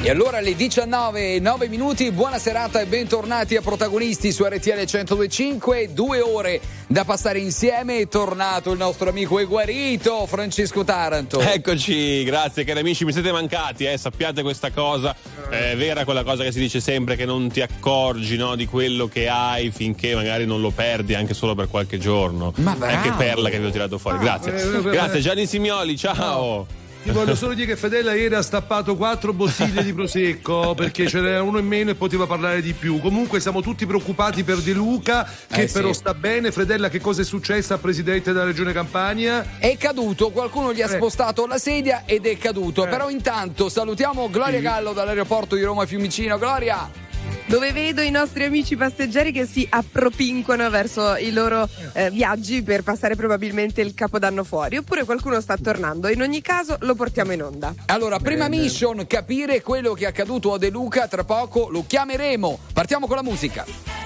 E allora alle 19:09, buona serata e bentornati a Protagonisti su RTL 102.5. 2 ore da passare insieme, è tornato il nostro amico e guarito Francesco Taranto. Eccoci, grazie cari amici, mi siete mancati, sappiate questa cosa, è vera quella cosa che si dice sempre, che non ti accorgi, no, di quello che hai finché magari non lo perdi anche solo per qualche giorno. Ma bravo. Che perla che vi ho tirato fuori, grazie. Grazie Gianni Simioli, ciao. Ti voglio solo dire che Fedele ieri ha stappato 4 bottiglie di prosecco perché c'era uno in meno e poteva parlare di più. Comunque siamo tutti preoccupati per De Luca, che però sta bene. Fredella, che cosa è successo al presidente della regione Campania? È caduto, qualcuno gli ha spostato la sedia ed è caduto. Però intanto salutiamo Gloria Gallo dall'aeroporto di Roma Fiumicino. Gloria! Dove vedo i nostri amici passeggeri che si appropinquano verso i loro viaggi per passare probabilmente il capodanno fuori, oppure qualcuno sta tornando. In ogni caso lo portiamo in onda. Allora, prima mission, capire quello che è accaduto a De Luca, tra poco lo chiameremo. Partiamo con la musica.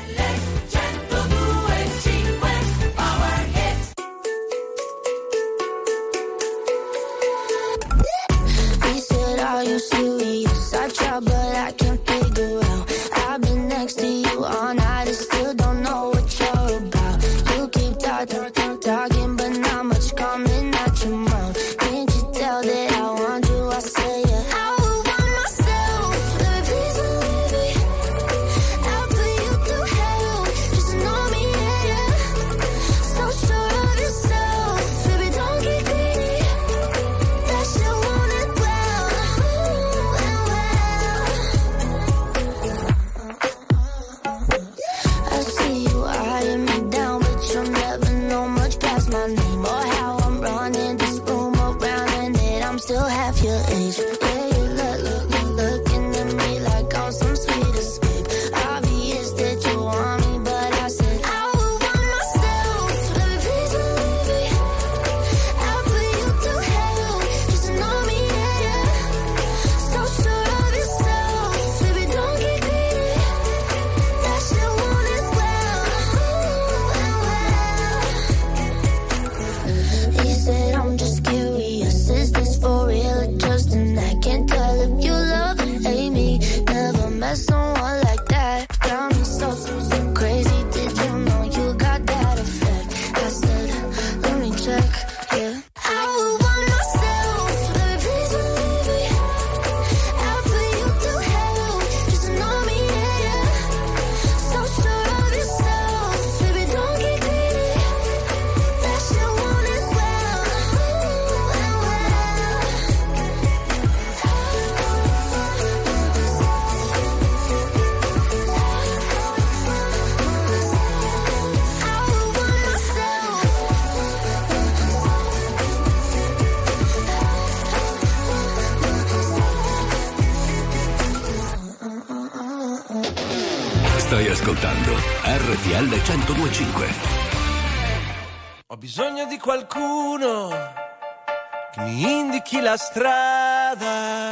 Next to you all night, I still don't know what you're about. You keep talking, but not much coming out your mouth. Can't you tell that I want you? I say it. I would want myself, baby, please believe me. I'll put you through hell, just know me, yeah. So sure of yourself, baby, don't get greedy. That shit want it well, I see you eyeing me down, but you'll never know much past my name or how I'm running this room around, and that I'm still half your age. Yeah, you looking at me like I'm some sweet escape. Obvious that you want me, but I said I would want myself, baby, please believe me. I'll put you through hell, just to know me, yeah. So sure of yourself, baby, don't get greedy. That shit want it well. He said I'm just curious, is this for real or just an act? Can't tell if you love or hate me. Never met someone like that. Got me so crazy. Did you know you got that effect? I said, let me check, yeah. I would want myself, baby, please believe me. I'll put you through hell, just to know me, yeah. So sure of yourself, baby, don't get greedy. That shit want it well. I would want myself. Stai ascoltando RTL 102.5. Ho bisogno di qualcuno che mi indichi la strada.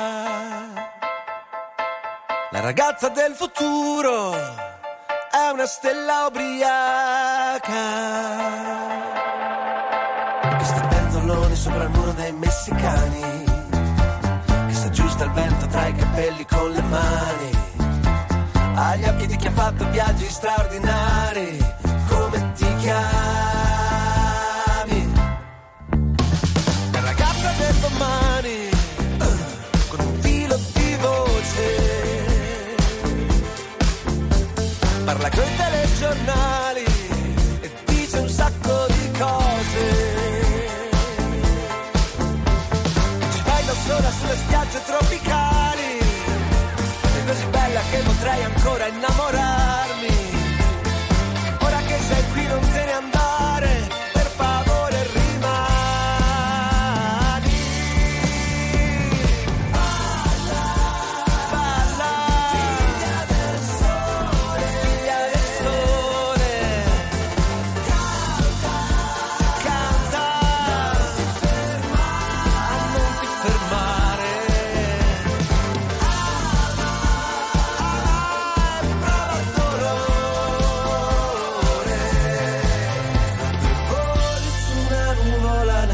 La ragazza del futuro è una stella ubriaca che sta pentoloni sopra il muro dei messicani, che si aggiusta il vento tra i capelli con le mani. Ha gli occhi di chi ha fatto viaggi straordinari. Come ti chiami? La ragazza del domani, con un filo di voce, parla coi telegiornali e dice un sacco di cose. Ci vai da sola sulle spiagge tropicali, sei così bella che potrei ancora innamorarmi. Ora che sei qui non te ne andare, per favore rimani. Balla, balla, figlia del sole, figlia del sole. Canta, canta, non ti fermare.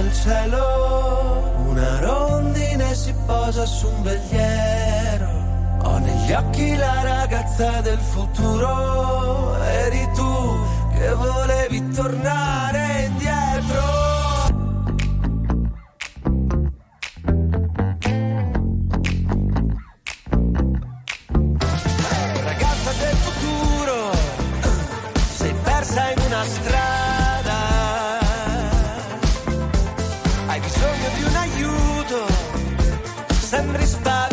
Cielo, una rondine si posa su un veliero negli occhi la ragazza del futuro, eri tu che volevi tornare indietro. Ragazza del futuro, sei persa in una strada, hai bisogno di un aiuto, sembri spaventata.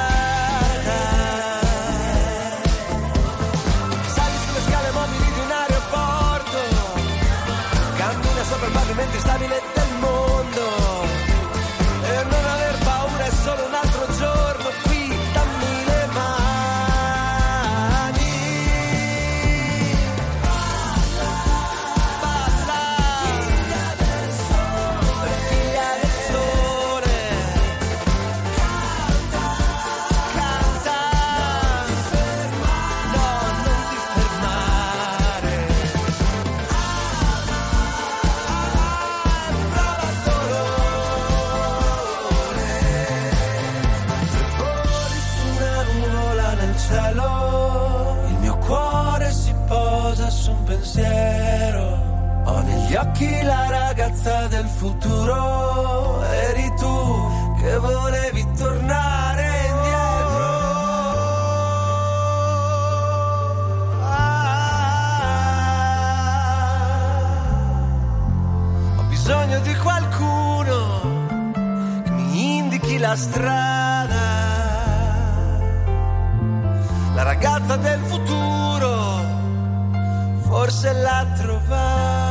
Sali sulle scale mobili di un aeroporto, cammina sopra il pavimento instabile del mondo, e non aver paura è solo un altro giorno qui, dammi le mani. Balla, figlia del sole, figlia del sole. Canta, non ti fermare, no, non ti fermare. Prova il dolore. Se voli su una nuvola nel cielo, il mio cuore si posa su un pensiero. Ho negli occhi la ragazza del futuro, eri tu che volevi tornare indietro. Ho bisogno di qualcuno che mi indichi la strada. La ragazza del futuro forse l'ha trovata.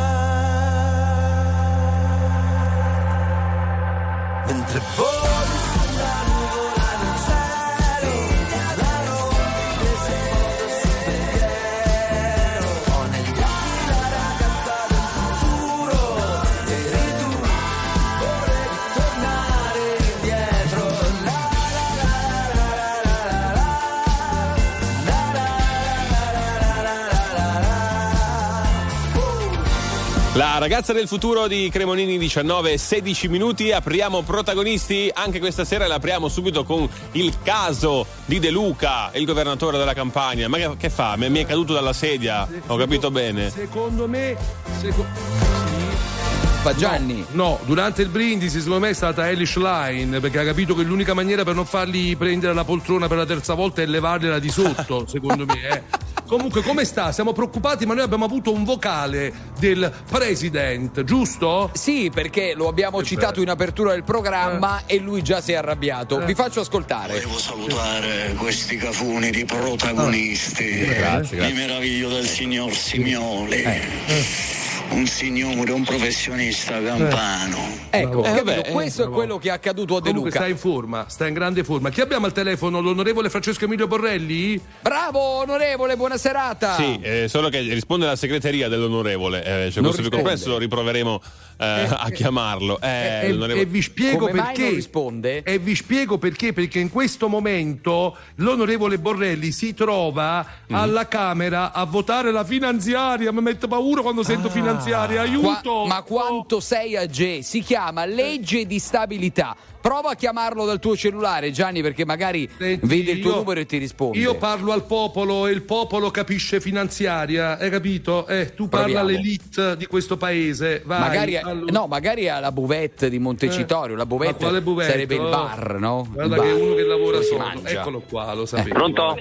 Mentre voli sulla nuvola nel cielo, la notte si posa su un pensiero. Ho negli occhi la ragazza del futuro, eri tu, volevi tornare indietro. La la la la la la la la la la la. La ragazza del futuro di Cremonini, 19:16 minuti. Apriamo protagonisti anche questa sera, e l'apriamo subito con il caso di De Luca, il governatore della Campania. Ma che fa? Mi è caduto dalla sedia? Ho capito bene. Secondo me. Fa Gianni. No, durante il brindisi secondo me è stata Elish Line, perché ha capito che l'unica maniera per non fargli prendere la poltrona per la terza volta è levargliela di sotto, secondo me. Comunque, come sta? Siamo preoccupati, ma noi abbiamo avuto un vocale del president, giusto? Sì, perché lo abbiamo citato in apertura del programma e lui già si è arrabbiato. Vi faccio ascoltare. Volevo salutare questi cafoni di protagonisti. Grazie. Mi meraviglio del signor Simioli. Un signore, un professionista campano. Ecco, questo è quello che è accaduto a De Comunque Luca. sta in forma, sta in grande forma. Chi abbiamo al telefono? L'onorevole Francesco Emilio Borrelli? Bravo onorevole, buona serata. Sì, solo che risponde la segreteria dell'onorevole. Cioè, questo risponde. compresso lo riproveremo a chiamarlo. E vi spiego Come mai perché. non risponde? E vi spiego perché in questo momento l'onorevole Borrelli si trova alla Camera a votare la finanziaria. Mi mette paura quando sento finanziaria, aiuto. Ma quanto sei a G? Si chiama legge di stabilità. Prova a chiamarlo dal tuo cellulare, Gianni, perché magari Senti, vede il tuo numero e ti risponde. Io parlo al popolo e il popolo capisce finanziaria, hai capito? Tu parla Proviamo. all'elite di questo paese. Vai, magari alla buvette di Montecitorio. La Ma buvette quale buvette? sarebbe il bar, no? Guarda Il che bar. è uno che lavora Dove si solo. mangia. Eccolo qua, lo sapevo. Pronto?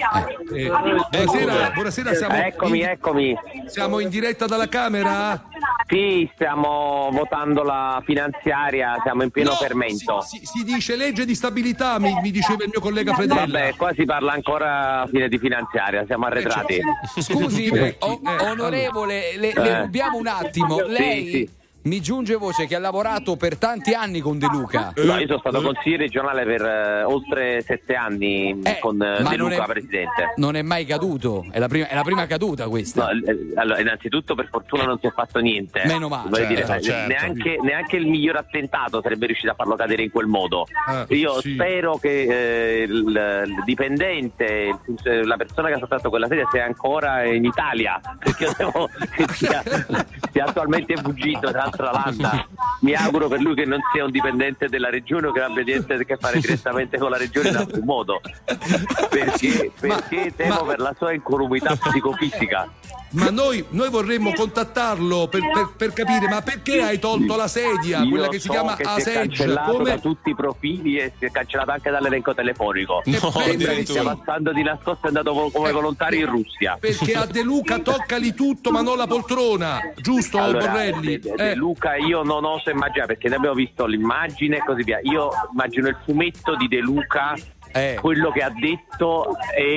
Buonasera, siamo Eccomi. siamo in diretta dalla Camera? Sì, stiamo votando la finanziaria, siamo in pieno No, fermento. si dice legge di stabilità, mi diceva il mio collega Fredella. Vabbè, qua si parla ancora fine di finanziaria, siamo arretrati. Scusi, onorevole, le rubiamo un attimo. Lei sì. mi giunge voce che ha lavorato per tanti anni con De Luca. No, io sono stato consigliere regionale per oltre 7 anni con ma De non Luca è- presidente. Non è mai caduto, è la prima caduta questa. No, allora, innanzitutto per fortuna non si è fatto niente. Meno male. Voglio dire, Certo. neanche il miglior attentato sarebbe riuscito a farlo cadere in quel modo. Io sì. spero che il dipendente, la persona che ha saltato quella sedia sia ancora in Italia, perché io devo che sia attualmente fuggito. Tra l'altro nostra landa. Mi auguro per lui che non sia un dipendente della regione o che abbia niente a che fare direttamente con la regione in alcun modo, perché temo per la sua incolumità psicofisica. Ma noi vorremmo contattarlo per capire, ma perché hai tolto la sedia, quella che si chiama che si è Aseggia? cancellato da tutti i profili e si è cancellato anche dall'elenco telefonico. Sembra che stia passando di nascosto, è andato come volontario in Russia. Perché a De Luca toccali tutto ma non la poltrona, giusto, allora, Borrelli? De Luca io non oso immaginare, perché noi abbiamo visto l'immagine e così via. Io immagino il fumetto di De Luca, quello che ha detto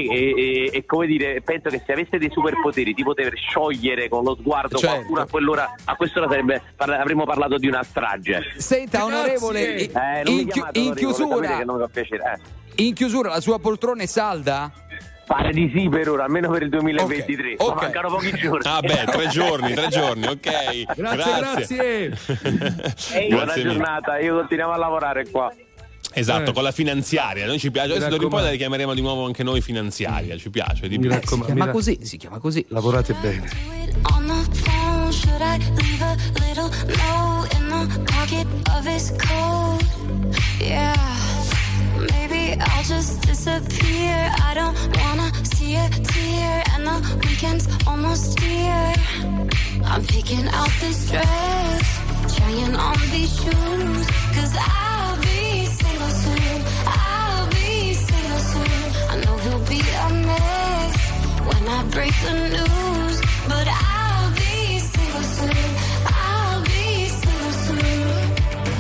e come dire, penso che se avesse dei superpoteri ti poter sciogliere con lo sguardo qualcuno a quell'ora, a quest'ora avremmo parlato di una strage. Senta, onorevole, in chiusura che non mi fa piacere. In chiusura la sua poltrona è salda? Pare di sì per ora, almeno per il 2023. Okay. Mancano pochi giorni. Ah beh, 3 giorni, ok. Grazie. Buona giornata, io continuiamo a lavorare qua. Esatto, con la finanziaria. Noi ci piace. Adesso d'ora in poi la richiameremo di nuovo anche noi finanziaria. Ci piace di più. Si chiama così. Lavorate bene. On the phone, should I leave a little note in the pocket of his coat? Yeah, maybe I'll just disappear. I don't wanna see a tear, and the weekend's almost here. I'm picking out this dress, trying on these shoes, 'cause I'll be single soon. I'll be single soon. I know he'll be a mess when I break the news, but I'll be single soon. I'll be single soon.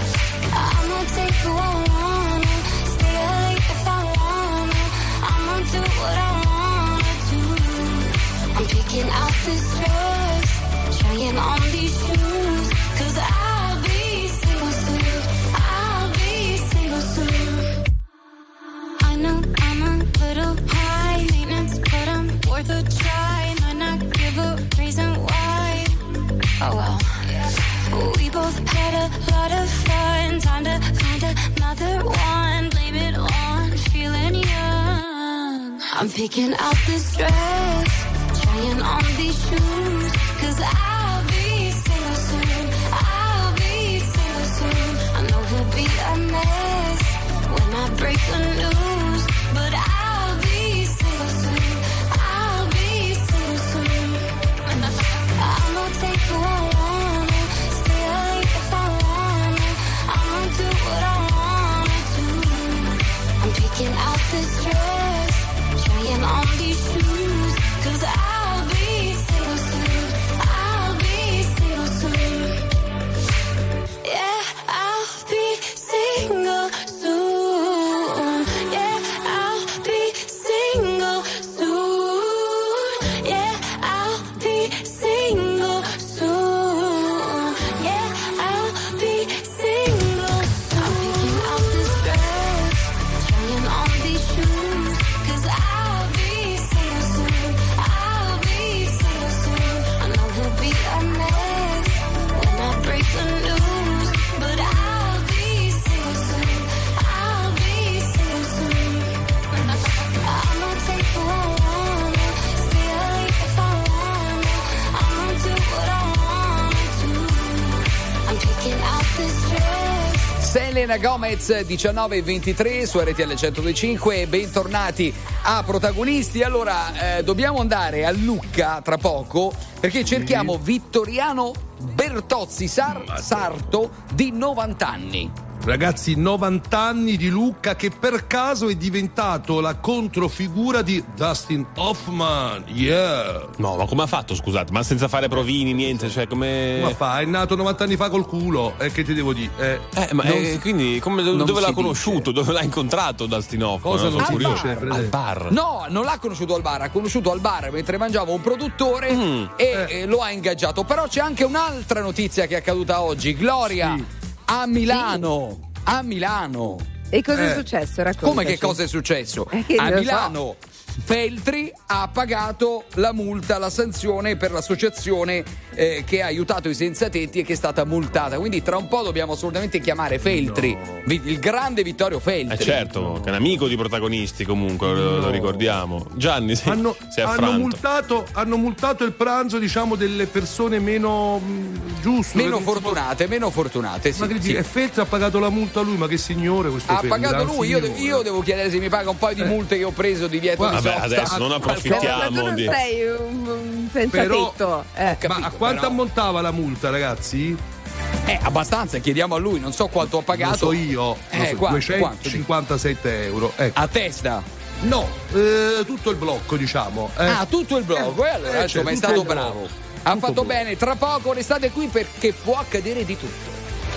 I'ma take who I wanna, stay late if I wanna. I'ma do what I wanna do. I'm picking out this dress, trying on these shoes, 'cause I'll be single soon. I'll be single soon. I know I'm a little high maintenance, but I'm worth a try. Might not give a reason why. Oh well. We both had a lot of fun. Time to find another one. Blame it on feeling young. I'm picking out this dress, trying on these shoes, 'cause I'll be single soon. I'll be single soon. I know he'll be a mess when I break the news, but I'll be single soon. I'll be single soon. I'ma take who I wanna, stay late if I wanna. I'ma do what I wanna do. I'm picking out this dress, trying on these shoes, 'cause I'll be single soon. I'll be single soon. Yeah, I'll be single soon. Yeah, I'll be single soon. Yeah, I'll be single soon. Yeah, I'll be single soon. I'm picking out this dress, trying on these shoes, 'cause I'll be single soon. I'll be single soon. I know he'll be a mess when I break the news, but I'll be single soon. I'll be single soon. I'ma take who I wanna, stay late if I wanna. I'ma do what I wanna do. I'm picking out this dress. Selena Gomez 19:23 su RTL 102.5 e bentornati a Protagonisti. Allora dobbiamo andare a Lucca tra poco perché cerchiamo Vittoriano Bertozzi sarto di 90 anni. Ragazzi, 90 anni di Lucca, che per caso è diventato la controfigura di Dustin Hoffman. Yeah. No, ma come ha fatto, scusate? Ma senza fare provini, niente, cioè come... Ma fa, è nato 90 anni fa col culo, che ti devo dire? Quindi dove l'ha conosciuto? Dove l'ha incontrato Dustin Hoffman? Cosa non si dice? Al bar. No, non l'ha conosciuto al bar, ha conosciuto al bar mentre mangiava un produttore e lo ha ingaggiato. Però c'è anche un'altra notizia che è accaduta oggi. Gloria, sì. A Milano. Sì. A Milano. E cosa è successo? Raccontaci. Come che cosa è successo? A Milano Feltri ha pagato la multa, la sanzione per l'associazione che ha aiutato i senza tetti e che è stata multata. Quindi tra un po' dobbiamo assolutamente chiamare Feltri, il grande Vittorio Feltri. Certo, che è un amico di Protagonisti comunque, lo ricordiamo. Gianni, si è affranto. Hanno multato il pranzo, diciamo, delle persone meno giuste. Meno fortunate, sì. E Feltri ha pagato la multa lui, ma che signore questo ha pagato lui, io devo chiedere se mi paga un paio di multe che ho preso di vieto di sosta. Adesso non approfittiamo tu non sei un senza tetto. Ma a quanto ammontava la multa, ragazzi? Abbastanza, chiediamo a lui, non so quanto ha pagato. Lo so io, 257 euro. Ecco. A testa? No, tutto il blocco, diciamo. Tutto il blocco, allora insomma è stato bravo. Ha fatto bene, tra poco restate qui perché può accadere di tutto.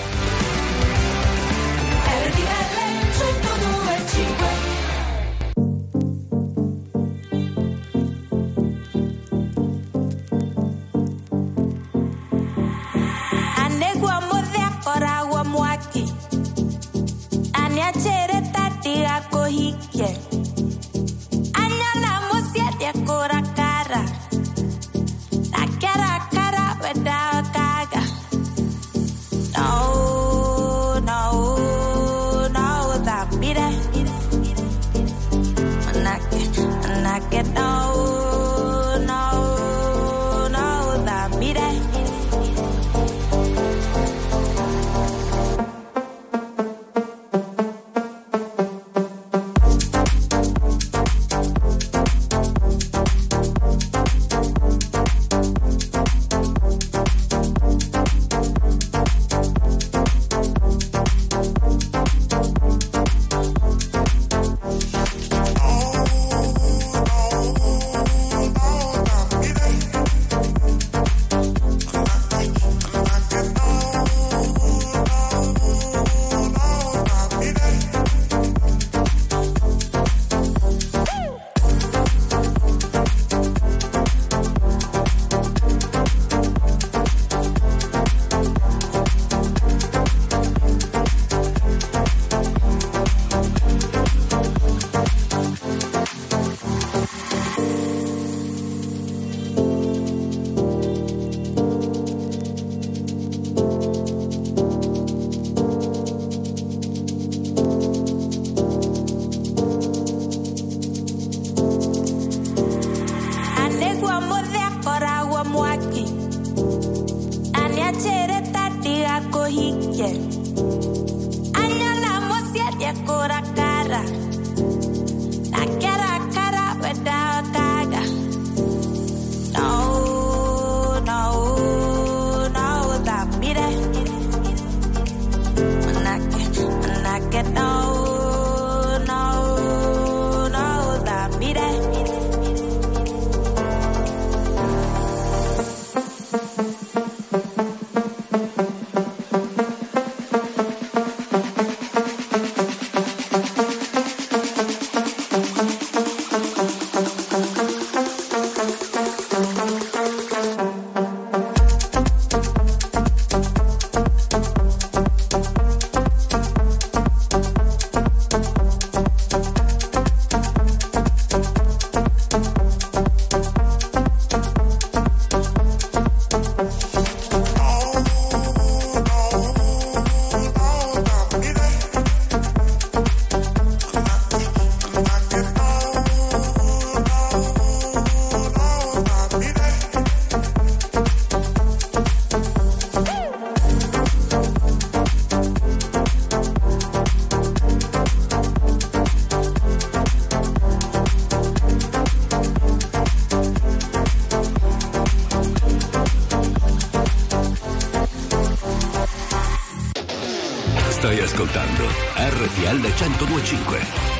Stai ascoltando RTL 102.5.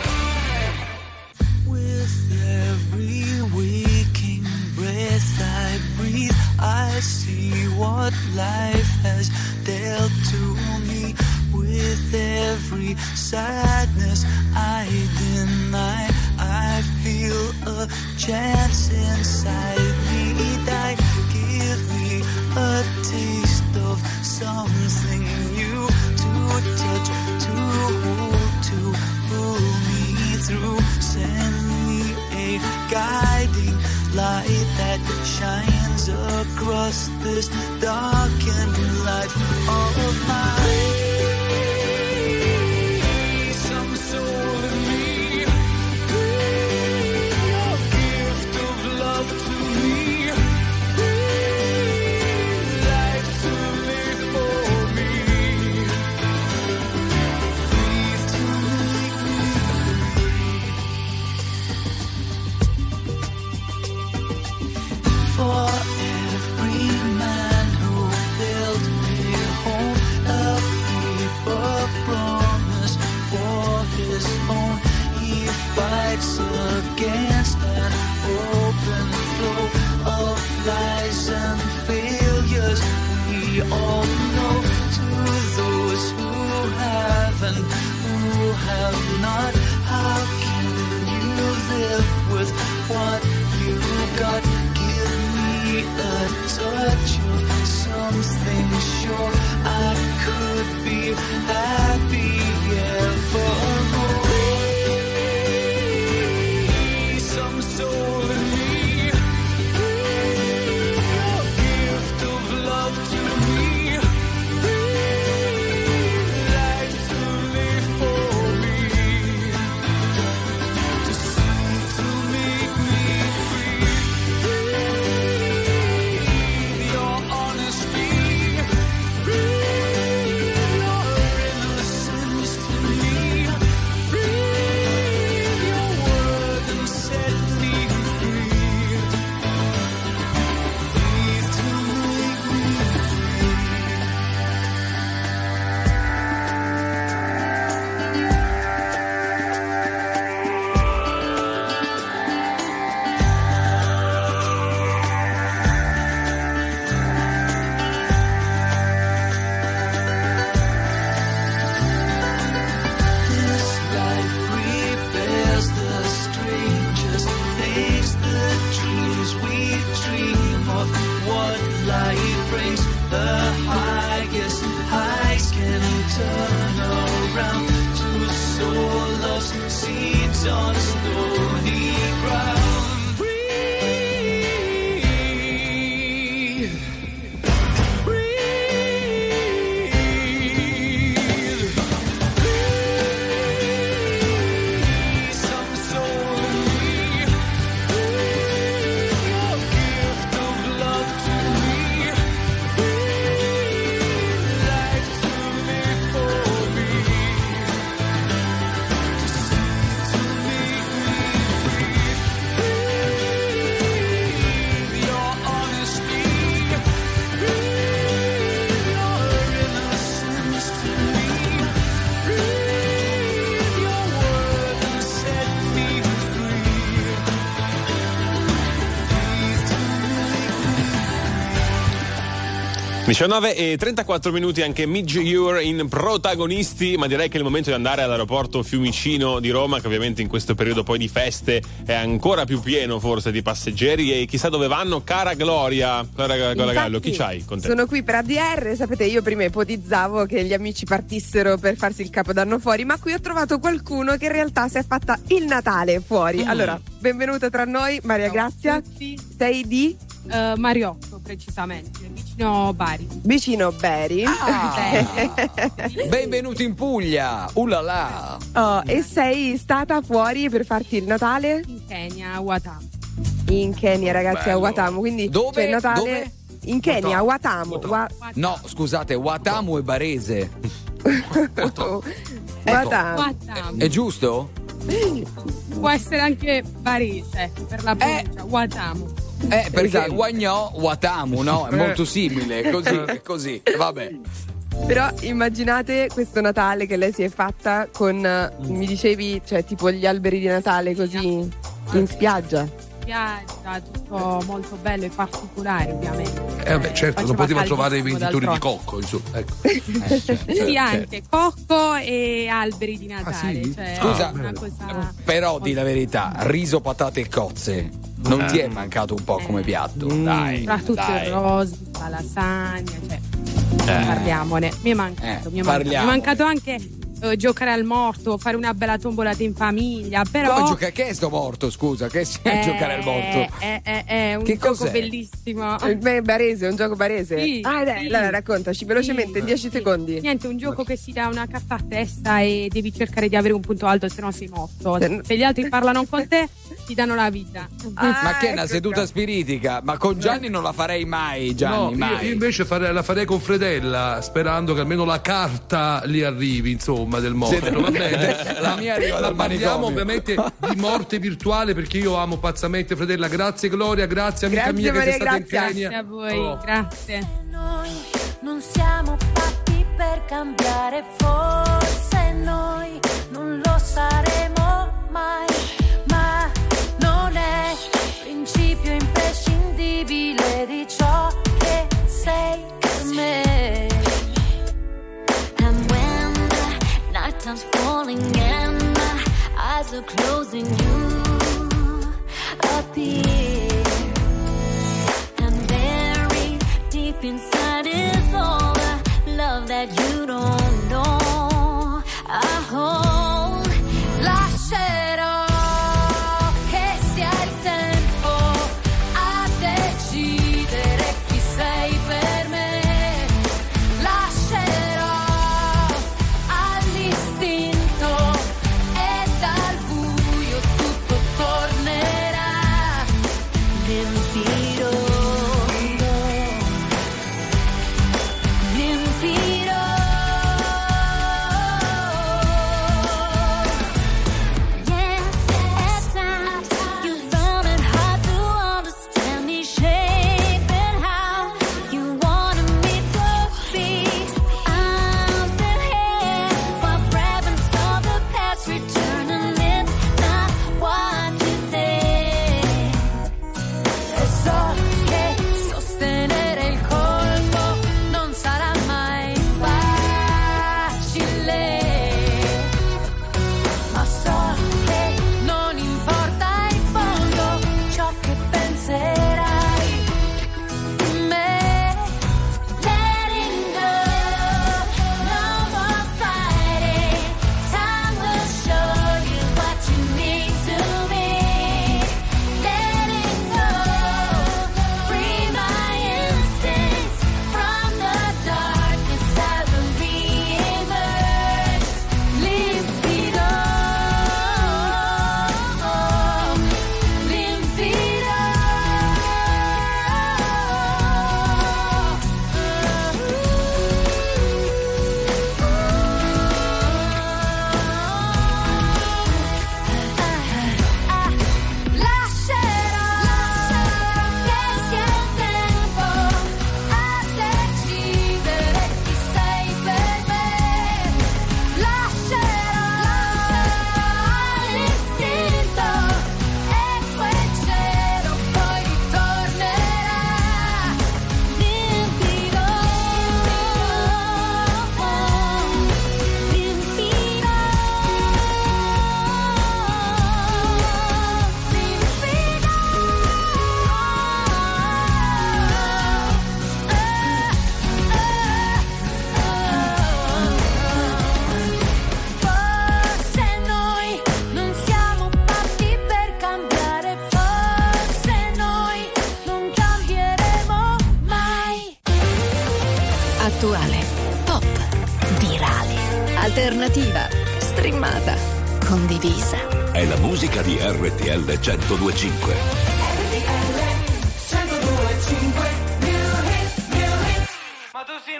With every waking breath I breathe, I see what life has dealt to me. With every sadness I deny, I feel a chance inside me. Die, give me a taste of something new, to touch, to hold, to pull me through. Send me a across this darkened life of mine. Some soul in me, your gift of love to me, life to live for me, breathe to make me free. For every man who built me home, a paper promise for his own, he fights against an open flow of lies and failures. We all know, to those who have and who have not, how can you live with what you got? Give me a touch of something sure I could be happy evermore. Some soul in me, your gift of love to me, life to live for me, to see, to make me free. Your honesty, your innocence to me, your word and set me free. Breathe to make me This life prepares the strangest things, the dreams we dream of. What life brings, the highest highs can turn around to sow love's seeds on stony ground. Breathe, breathe. Some soul in me, your gift of love to me, life to live for me, to see, to make me breathe. Your honesty, your innocence to me, your word and set me free. Breathe to make me 19:34 anche Midge Ure in protagonisti, ma direi che è il momento di andare all'aeroporto Fiumicino di Roma, che ovviamente in questo periodo poi di feste è ancora più pieno forse di passeggeri, e chissà dove vanno. Cara Gloria Golagallo, chi c'hai con te? Sono qui per ADR. Sapete, io prima ipotizzavo che gli amici partissero per farsi il capodanno fuori, ma qui ho trovato qualcuno che in realtà si è fatta il Natale fuori. Allora, benvenuta tra noi, Maria Grazia. Sei di? Mariotto, precisamente, vicino Bari. Vicino Bari. Benvenuti in Puglia. Ulala. Oh, e sei stata fuori per farti il Natale? In Kenya, a Watamu. In Kenya, ragazzi, Bello. a Watamu. Quindi Dove? c'è il Natale Dove? in Kenya, a Watamu. No, scusate, Watamu è barese. Watamu. Watamu. È giusto? Può essere anche barese per la provincia. Watamu. Perché Esatto. Wagnò, Watamu, no? È molto simile, è così. Vabbè. Però immaginate questo Natale che lei si è fatta con, mi dicevi, cioè tipo gli alberi di Natale così in spiaggia. Spiaggia, tutto molto bello e particolare, ovviamente. Vabbè, certo, non poteva trovare i venditori di cocco, insomma. Ecco. Sì, anche cocco e alberi di Natale. sì? Cioè, Scusa, una cosa... però di la verità, riso, patate e cozze non ti è mancato un po' come piatto? Dai, soprattutto dai. il rosy, la lasagna, cioè parliamone. Mi è mancato, mi è mancato. Mi è mancato anche giocare al morto, fare una bella tombolata in famiglia, però... Come giocare? Che è sto morto, scusa? Che è giocare al morto? È un gioco bellissimo. Barese, un gioco barese? Sì, dai, allora raccontaci velocemente in 10 secondi. Niente, un gioco che si dà una carta a testa e devi cercare di avere un punto alto, se no sei morto. Se gli altri parlano con te, ti danno la vita. Ma che è una seduta spiritica? Ma con Gianni non la farei mai, Gianni, no, mai. Io invece la farei con Fredella, sperando che almeno la carta gli arrivi, insomma, del morto. Va bene? La mia arriva dal manicomio. Parliamo ovviamente di morte virtuale, perché io amo pazzamente Fredella. Grazie Gloria, grazie amica mia che sei stata in Kenya. Grazie a voi, grazie. Noi non siamo fatti per cambiare, forse noi non lo saremo mai, ma non è principio imprescindibile di ciò che sei per me. And when the night time's falling and my eyes are closing, you appear, and buried deep inside is all the love that you don't know. I hold, lascerò che sia il tempo a decidere chi sei per me. Lascerò all'istinto e dal buio tutto tornerà limpido, limpido. Yes, at times you found it hard to understand me shape and how you wanted me to be. I'm still here while grabbing for the past, returning it's not what you think. E so che sostenere il colpo non sarà mai facile, ma so che non importa in fondo ciò che penserai di me. Letting go, no more fighting. Time will show you what you need to be. Letting go, free my instincts from the darkness. I will re-emerge, limpido, lascerò che sia il tempo a decidere chi sei per me. Lascerò l'istinto e quel cielo poi ritornerà limpido, forse noi non siamo fatti per cambiare, forse noi non cambieremo mai. Attuale, pop, virale, alternativa, streamata, condivisa. È la musica di RTL 102.5. Ma tu sei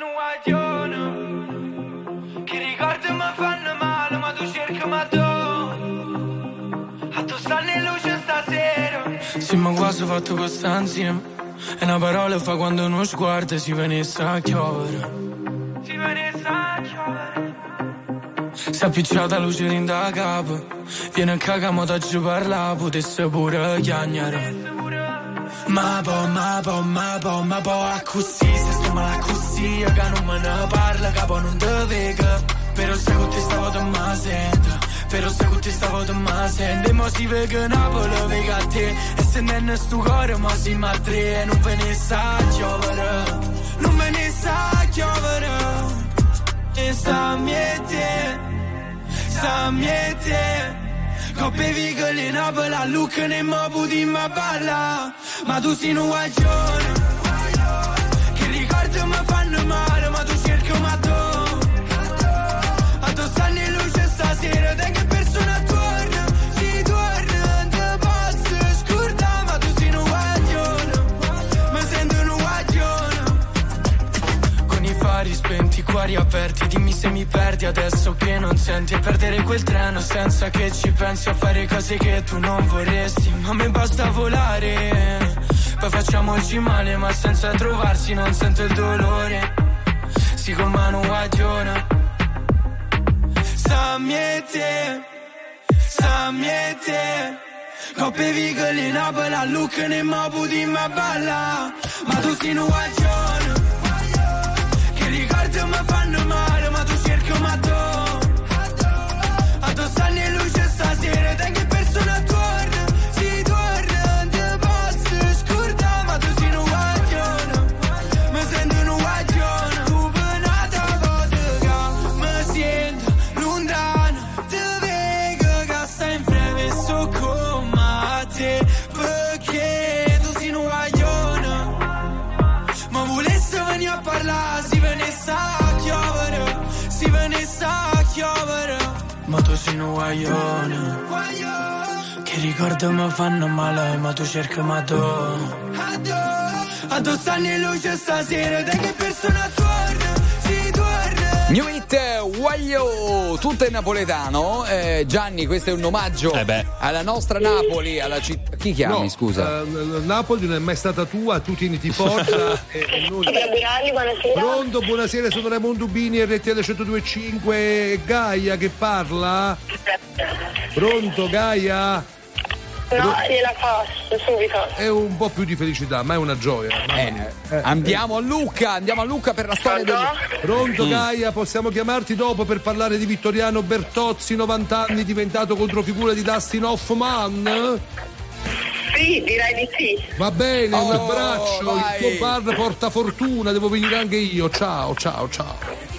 un guaglione, che ricordi mi fanno male, ma tu cerchi ma tu, a tu stanno in luce stasera. Sì, ma quasi fatto questa insieme, e una parola fa quando uno sguardo si venisse a chiovere. Si venisse a chiovere. Si è appicciata luce in da capo, viene a cagamo da giù parla, potesse pure chiagnare. Ma po' a così, se sto male così, che non me ne parla, capo non te vega. Però se con te stavo te ma sento, però se con te stavo te ma sento. E mo si vega Napoli, vega a te, e se non sto cuore, ma si ma tre. E non ve ne sa chiovere, non ve ne sa chiovere, e sta a te. Sammy e te coppe vigole in abola, look ne mobu di ma balla. Ma tu sei un guaglione, che ricordi mi fanno male, ma tu cerchi ma tu addossando in luce stasera, da che persona torna, si torna, te posso scordare, ma tu sei un guaglione, mi sento un guaglione. Con i fari spenti, cuori aperti, dimmi se mi perdi adesso che non senti, e perdere quel treno senza che ci pensi, a fare cose che tu non vorresti, ma a me basta volare, poi facciamoci male ma senza trovarsi, non sento il dolore, si con mano guaglione. Sammy e te coppe vigole in abola, look ne mobu di ma balla. Ma tu sei un guaglione, che ricordi mi fanno male, ma tu cerchi ma tu addossando in luce stasera, da che persona torna, si torna, te posso scordare, ma tu sei un guaglione, mi sento un guaglione. Tu penata vodka, mi sento lontano, te vedo che stai in freve, so come te, perché tu sei un guaglione. Ma volesse venire a parlare, si venisse a chiovere, si venisse a chiovere. Ma tu sei un guaglione, che ricordo mi fanno male, ma tu cerchi ma tu addossando in luce stasera, da che persona torna, si torna. New Hit Guaglio, tutto in napoletano. Gianni, questo è un omaggio alla nostra Napoli, alla città. Chi chiami, No, scusa? Napoli non è mai stata tua, tu tieniti forza. Buonasera. Pronto, buonasera, sono Raimondo Bini, RTL 102.5. Gaia che parla? Pronto, Gaia? No, gliela passo subito. È un po' più di felicità, ma è una gioia. Andiamo a Lucca per la storia del... Pronto, Gaia, possiamo chiamarti dopo per parlare di Vittoriano Bertozzi, 90 anni, diventato controfigura di Dustin Hoffman? Sì, direi di sì. Va bene, un abbraccio, vai. il tuo bar porta fortuna, devo venire anche io. Ciao, ciao, ciao.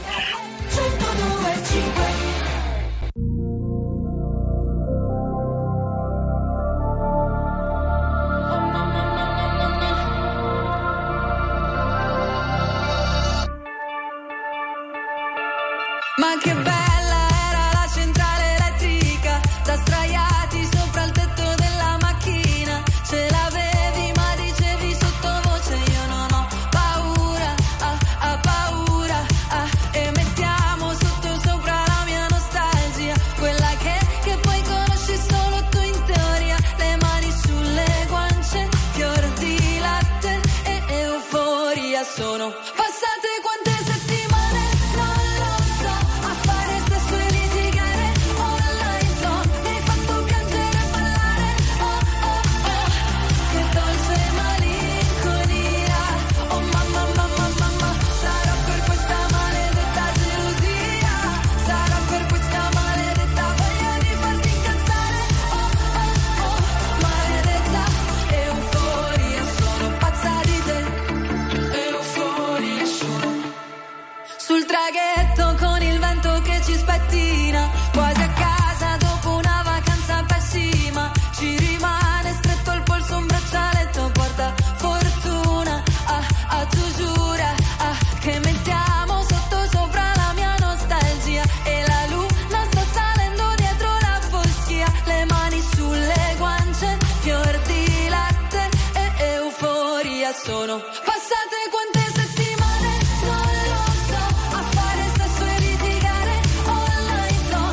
Ma che bella era la centrale elettrica, da sdraiati sopra il tetto della macchina. Ce l'avevi ma dicevi sottovoce io non ho paura, paura, e mettiamo sotto sopra la mia nostalgia, quella che poi conosci solo tu in teoria. Le mani sulle guance, fior di latte e euforia. Sono passate quante settimane, non lo so, a fare sesso e litigare online zone. Mi hai fatto piangere e ballare, oh oh oh, che dolce malinconia. Oh mamma, mamma, mamma, sarà per questa maledetta gelosia, sarà per questa maledetta voglia di farti incazzare, oh oh oh, maledetta euforia. Sono pazza di te, euforia sono. Sul traghetto con il vento che ci spettina, quasi a casa dopo una vacanza pessima. Ci rimane stretto al polso un braccialetto porta fortuna, tu giura, che mettiamo sotto sopra la mia nostalgia. E la luna sta salendo dietro la foschia. Le mani sulle guance, fior di latte e euforia. Sono passate quante settimane, non lo so, a fare sesso e litigare online zone.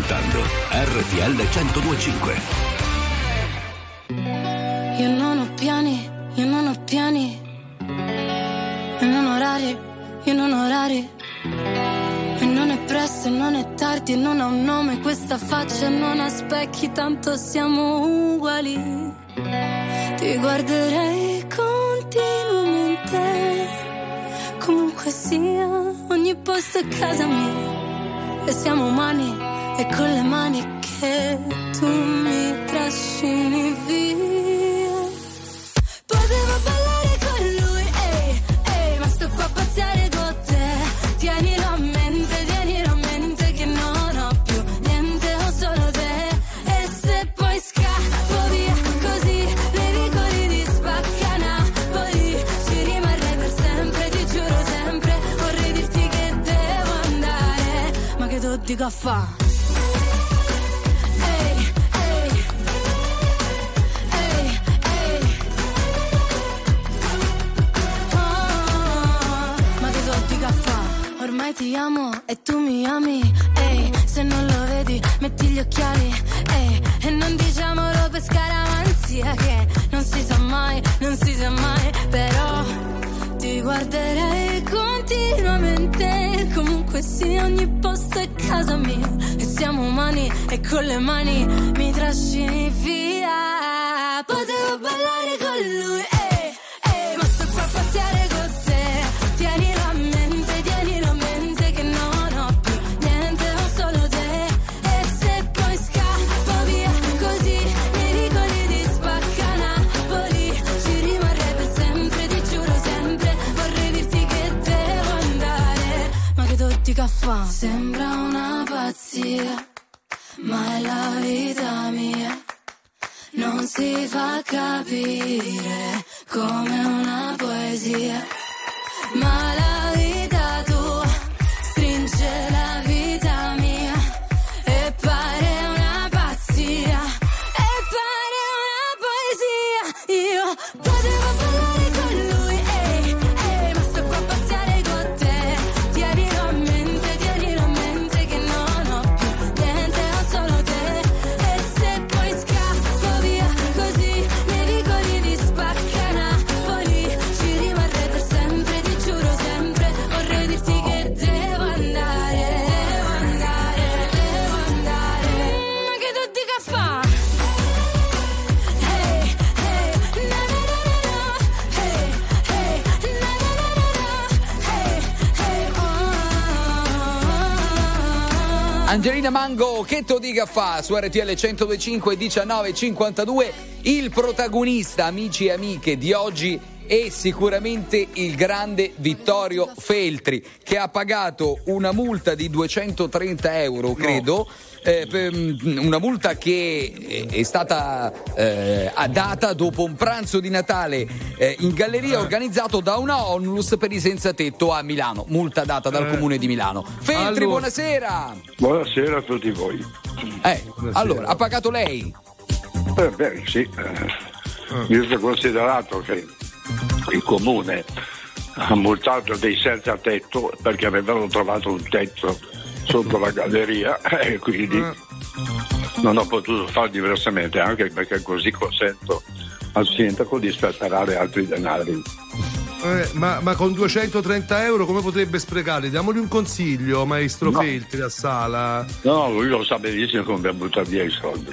ascoltando RTL 102.5. Io non ho piani, io non ho piani. E non orari, io non orari. E non è presto, e non è tardi, e non ha un nome questa faccia, non ha specchi, tanto siamo uguali. Ti guarderei continuamente, comunque sia, ogni posto è casa mia. E siamo umani, e con le mani che tu mi trascini via. Potevo ballare con lui, ehi, ehi, ma sto qua a pazziare con te. Tienilo a mente che non ho più niente, ho solo te. E se poi scappo via così, nei vicoli di Spacca Napoli, ci rimarrei per sempre, ti giuro sempre. Vorrei dirti che devo andare, ma che tu dico a fa'? Ormai ti amo e tu mi ami, ehi, se non lo vedi metti gli occhiali, ehi, e non diciamolo per scaramanzia che non si sa mai, non si sa mai, però ti guarderei continuamente, comunque sia, ogni posto è casa mia, e siamo umani e con le mani mi trascini via. Potevo ballare con lui, ehi, ehi, ma sto qua a pazziare con te, tienilo a mente che non ho più niente, ho solo te. E se poi scappo via così, nei vicoli di Spacca Napoli, ci rimarrei per sempre, ti giuro sempre. Vorrei dirti che devo andare, ma che tu dica fa'? Sembra una pazzia, ma è la vita mia. Non si fa capire come una poesia, ma la vita tua stringe la vita mia e pare una pazzia, e pare una poesia. Io potevo ballare con lui, ehi, ehi, ma sto qua a pazziare con te. Tienilo a mente che non ho più niente, ho solo te. E se poi scappo via così, nei vicoli di Spacca Napoli, ci rimarrei per sempre, ti giuro sempre. Vorrei dirti che devo andare, ma che tu dica fa'? Hey, hey, na na na na, hey, hey, na na na na, hey, hey, oh. Angelina Mango, che to dica fa su RTL 102.5 19:52. Il protagonista, amici e amiche, di oggi è sicuramente il grande Vittorio Feltri, che ha pagato una multa di 230 euro, credo. Una multa che è stata data dopo un pranzo di Natale in galleria organizzato da una onlus per i senza tetto a Milano. Multa data dal comune di Milano. Feltri, allora, buonasera. Buonasera a tutti voi. Allora, ha pagato lei? Beh, sì. Visto considerato che il comune ha multato dei senza tetto perché avevano trovato un tetto sotto la galleria e quindi non ho potuto fare diversamente, anche perché così consento al sindaco di sperperare altri denari. Ma con 230 euro come potrebbe sprecare? Diamogli un consiglio, maestro Feltri, a Sala. No, lui lo sa benissimo come buttare via i soldi.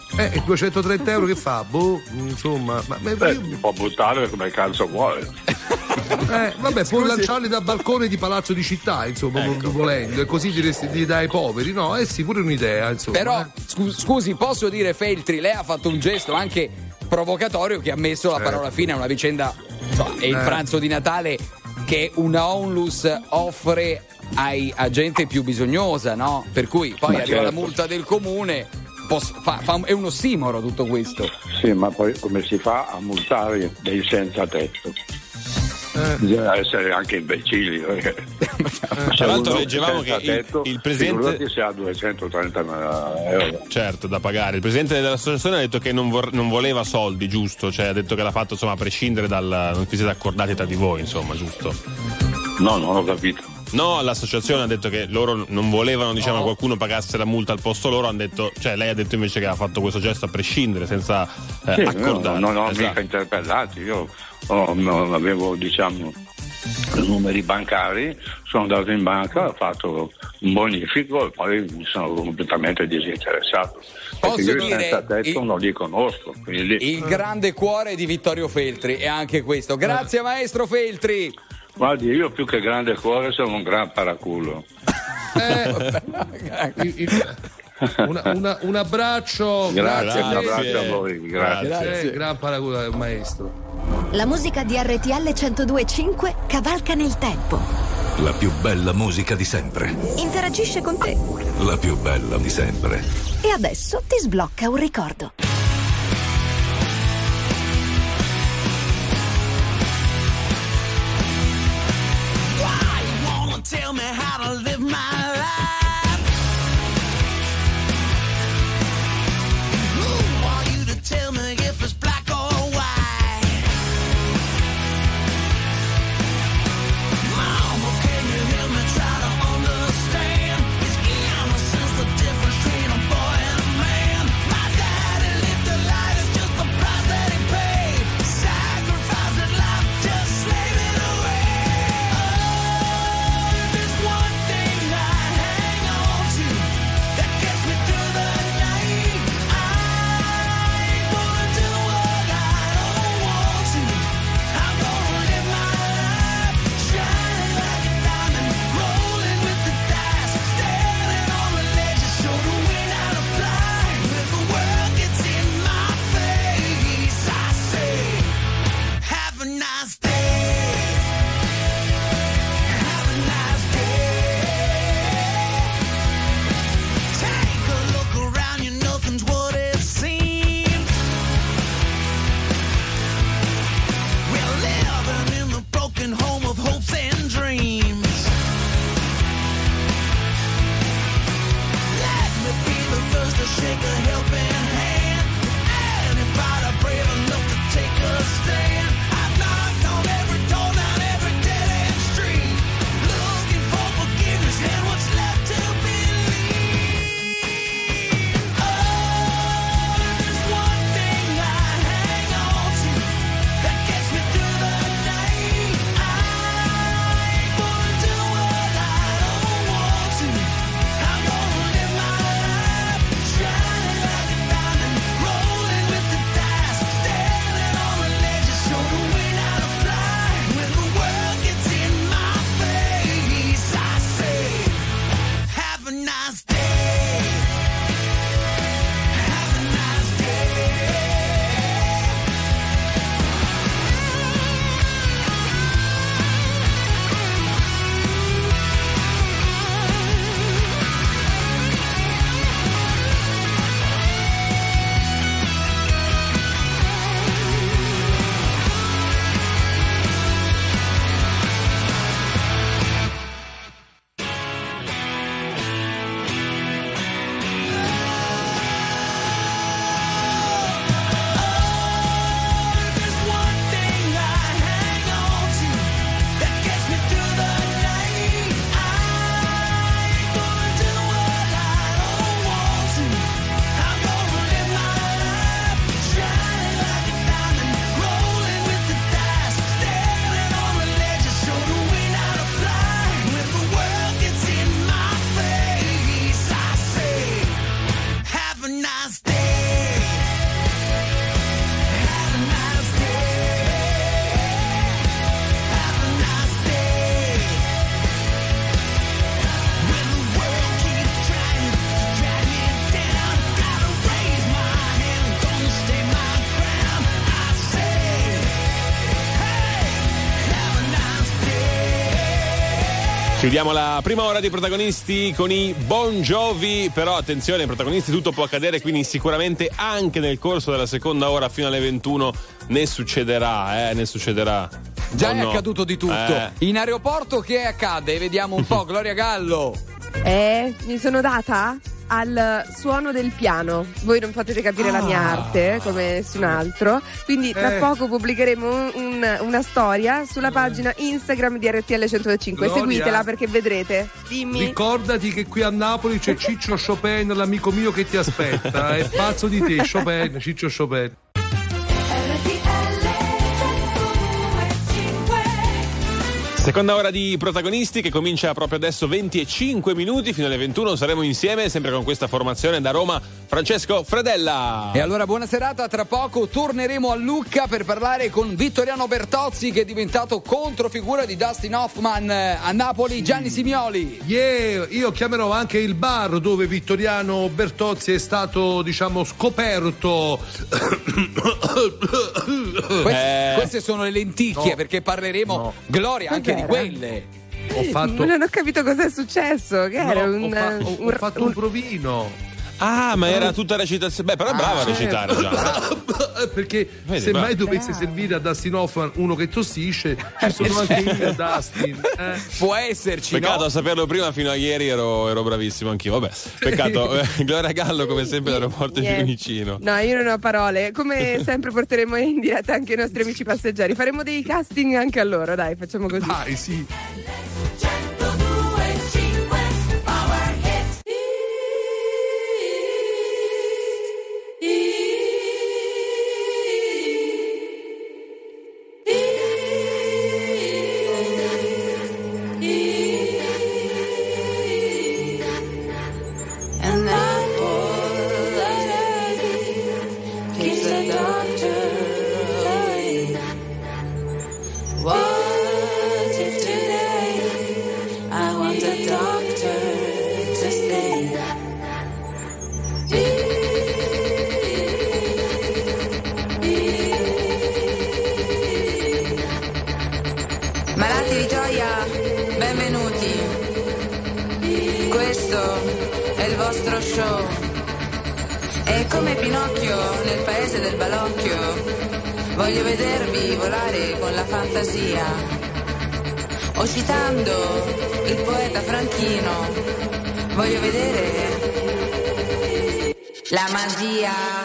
230 euro che fa? Insomma, può buttare come cazzo vuole. Vabbè, può lanciarli da balcone di palazzo di città, insomma, volendo, e così gli dai ai poveri, no? Sì, pure un'idea, insomma. Però, scusi, posso dire, Feltri, lei ha fatto un gesto anche provocatorio che ha messo la parola fine a una vicenda, è il pranzo di Natale che una onlus offre a gente più bisognosa, no? Per cui poi arriva la multa del comune. È un ossimoro tutto questo. Sì, ma poi come si fa a multare dei senza tetto? Bisogna essere anche imbecilli, perché tra l'altro leggevamo che il presidente si ha 230 euro, certo, da pagare. Il presidente dell'associazione ha detto che non voleva soldi, giusto? Cioè ha detto che l'ha fatto, insomma, a prescindere non vi siete accordati tra di voi, insomma, giusto? No, non ho capito. No, l'associazione ha detto che loro non volevano, diciamo, qualcuno pagasse la multa al posto loro. Lei ha detto invece che ha fatto questo gesto a prescindere, senza accordare. Non ho mica interpellati, io non avevo, diciamo, numeri bancari, sono andato in banca, ho fatto un bonifico e poi mi sono completamente disinteressato. Perché io senza tetto non li conosco. Quindi... Il grande cuore di Vittorio Feltri è anche questo. Grazie maestro Feltri. Guardi, io più che grande cuore sono un gran paraculo. Un abbraccio. Grazie, un abbraccio a voi. Grazie. Gran paraculo, maestro. La musica di RTL 102.5 cavalca nel tempo. La più bella musica di sempre. Interagisce con te. La più bella di sempre. E adesso ti sblocca un ricordo. Tell me how to live my life. Who are you to tell me if it's black or white? Mama, can you hear me try to understand? Is innocence the difference between a boy and a man? My daddy lived a life, it's just the price that he paid. Sacrificed his life, just slave it away. One thing I hang on to that gets me through the night. I ain't gonna do what I don't want to. I'm gonna live my life shining like a diamond, rolling with the dice, standing on the ledge to show the wind how to fly. When the world gets in my face, I say, have a nice day. Home of hopes and dreams. Let me be the first to shake a helping hand. Anybody brave enough to take a stand? I've knocked on every door, down every dead end street, looking for forgiveness and what's left to believe. Oh, there's one thing I hang on to that gets me through the night. Chiudiamo la prima ora di protagonisti con i Bon Jovi, però attenzione, protagonisti tutto può accadere, quindi sicuramente anche nel corso della seconda ora fino alle 21 ne succederà. Già è accaduto di tutto. In aeroporto che accade? Vediamo un po', Gloria Gallo. Mi sono data? al suono del piano. Voi non potete capire la mia arte come nessun altro, quindi tra poco pubblicheremo una storia sulla pagina Instagram di RTL 105. Gloria, seguitela perché vedrete. Dimmi. Ricordati che qui a Napoli c'è Ciccio Chopin, l'amico mio che ti aspetta. È pazzo di te, Chopin, Ciccio Chopin. Seconda ora di Protagonisti che comincia proprio adesso, 20:05 minuti, fino alle 21 saremo insieme sempre con questa formazione. Da Roma Francesco Fredella. E allora buona serata, tra poco torneremo a Lucca per parlare con Vittoriano Bertozzi, che è diventato controfigura di Dustin Hoffman. A Napoli Gianni Simioli. Io chiamerò anche il bar dove Vittoriano Bertozzi è stato, diciamo, scoperto. Queste sono le lenticchie, perché parleremo, Gloria, anche di quelle. Non ho capito cosa è successo. Che era ho fatto un provino. Ah, ma era tutta recitazione. Beh, però è brava a recitare già. Perché se mai dovesse servire a Dustin Hoffman uno che tossisce, ci sono anche io a Dustin. Può esserci. Peccato a saperlo prima, fino a ieri ero bravissimo anch'io. Vabbè, peccato. Gloria Gallo, come sempre, l'aeroporto Fiumicino. No, io non ho parole. Come sempre porteremo in diretta anche i nostri amici passeggeri. Faremo dei casting anche a loro, dai, facciamo così. Dai, sì. E come Pinocchio nel paese del balocchio, voglio vedervi volare con la fantasia. O citando il poeta Franchino, voglio vedere la magia.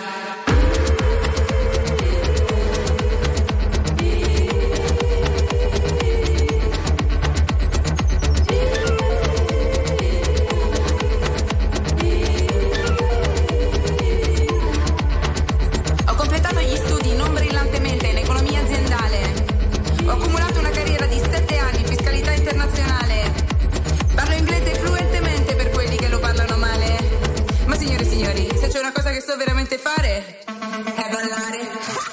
Fare è ballare.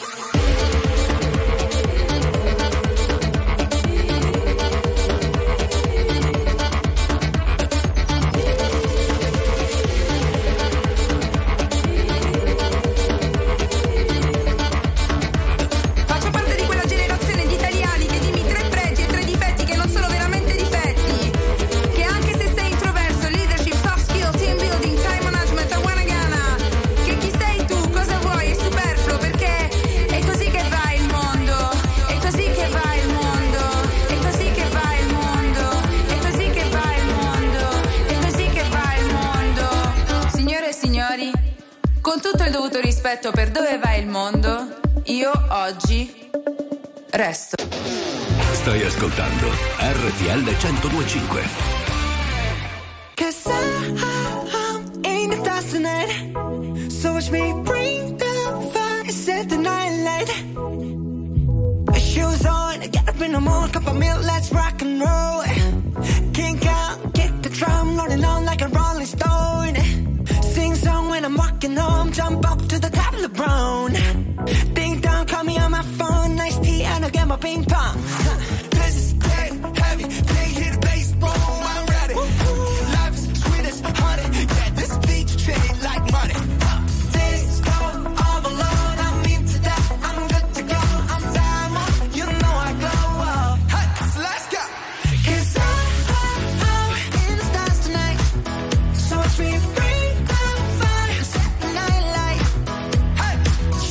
Faccio parte di quella generazione di italiani che dimmi 3 pregi e 3 difetti che non sono veramente difetti, che anche se sei introverso, leadership, soft skill, team building, time management, che chi sei tu, cosa vuoi, è superfluo, perché è così che va il mondo, è così che va il mondo, è così che va il mondo, è così che va il mondo, è così che va il mondo. Signore e signori, con tutto il dovuto rispetto per dove va il mondo, io oggi resto. Stai ascoltando RTL 102.5. Cause I'm in the stars tonight. So watch me bring the fire, set the night light. Shoes on, get up in the mood, cup of milk, let's rock and roll. Kink out, get the drum, rolling on like a rolling stone. Sing song when I'm walking home, jump up to the top of the brown. Ding dong, call me on my phone, nice tea and I'll get my ping pong. This is dead heavy, can't hit the bass, boom, I'm ready. Life is sweet as honey, yeah, this beat treated like money. This go all alone, I'm into that, I'm good to go, I'm diamond, you know I glow. Hey, so let's go. Cause I'm in the stars tonight, so watch me bring the fire, set the night light. Hey,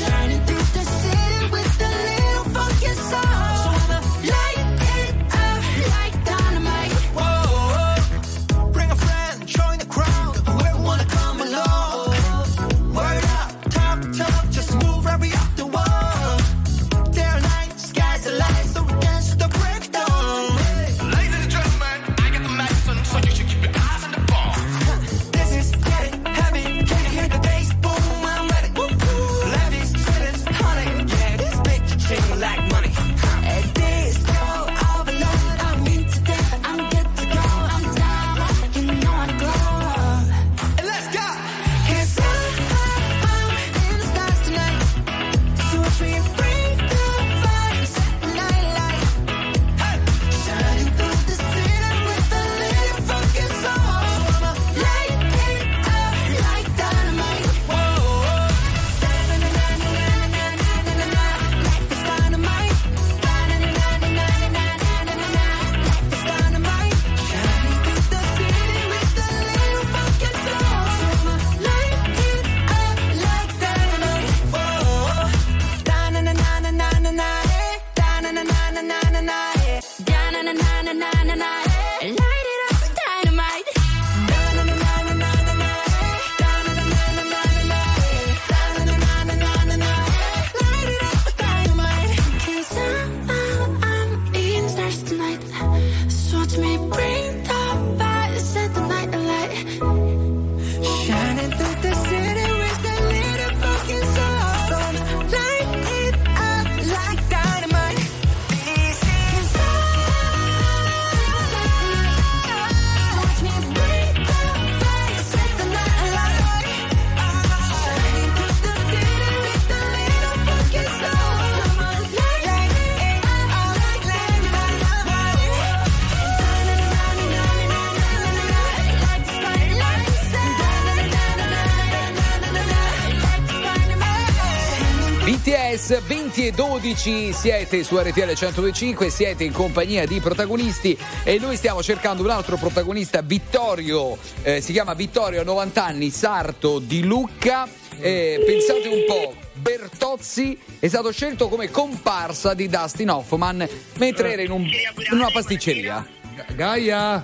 BTS 20:12, siete su RTL 102.5, siete in compagnia di protagonisti e noi stiamo cercando un altro protagonista, Vittorio, si chiama Vittorio, 90 anni, sarto di Lucca. Pensate un po', Bertozzi è stato scelto come comparsa di Dustin Hoffman mentre era in una pasticceria. Gaia?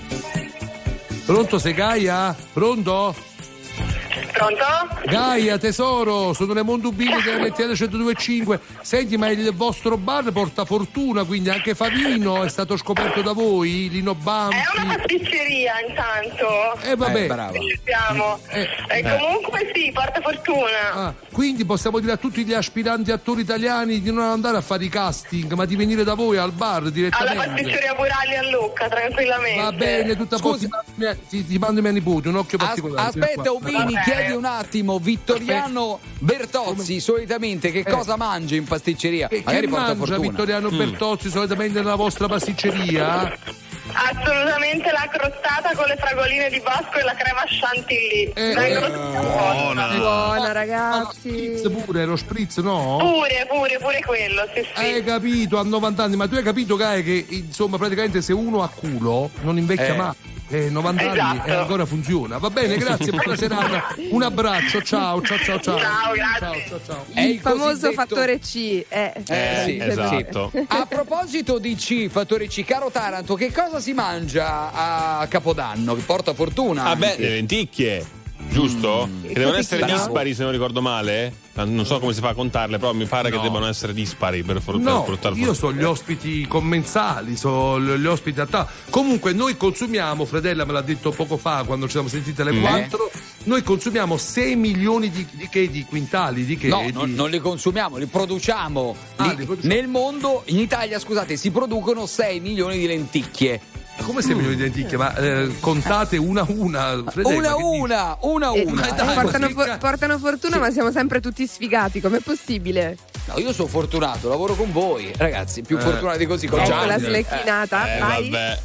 Pronto, sei Gaia? Pronto? Pronto? Gaia, tesoro, sono Raimondo Ubini di RTL 102.5. Senti, ma il vostro bar porta fortuna, quindi anche Favino è stato scoperto da voi? Lino Banfi? È una pasticceria intanto. Vabbè. Brava. Comunque sì, porta fortuna. Quindi possiamo dire a tutti gli aspiranti attori italiani di non andare a fare i casting, ma di venire da voi al bar direttamente. Alla pasticceria Burali a Lucca, tranquillamente. Va bene, tutta Scusi. ti mando i miei nipoti, un occhio particolare. Aspetta, Ubini, chiedi un attimo, Vittoriano Bertozzi solitamente che cosa mangia in pasticceria? Che mangia Vittoriano Bertozzi solitamente nella vostra pasticceria? Assolutamente la crostata con le fragoline di Basco e la crema chantilly. Buona, ragazzi. Lo spritz, no? Pure quello, sì. Hai capito, a 90 anni, ma tu hai capito, Gaia, che insomma praticamente se uno ha culo non invecchia mai. 90 anni Esatto. e ancora funziona. Va bene, grazie, buona serata. Un abbraccio, ciao. Ciao, grazie. Ciao. È Il famoso cosiddetto fattore C. Sì, esatto. A proposito di C, fattore C, caro Taranto, che cosa si mangia a Capodanno? Che porta fortuna? Beh, le lenticchie, giusto? Che devono essere dispari, se non ricordo male. Non so come si fa a contarle, però mi pare che debbano essere dispari per portare. Io so gli ospiti commensali, so gli ospiti a tavola. Comunque noi consumiamo, Fredella me l'ha detto poco fa quando ci siamo sentite alle 4, noi consumiamo 6 milioni di quintali di che? No, non li consumiamo, li produciamo. Nel mondo, in Italia, scusate, si producono 6 milioni di lenticchie. Come 6 milioni di lenticchie? Ma contate una a una, Fredella, una. Portano fortuna, ma siamo sempre tutti sfigati, com'è possibile? No, io sono fortunato, lavoro con voi, ragazzi, più fortunati così con Ecco la slecchinata, vai. Vabbè.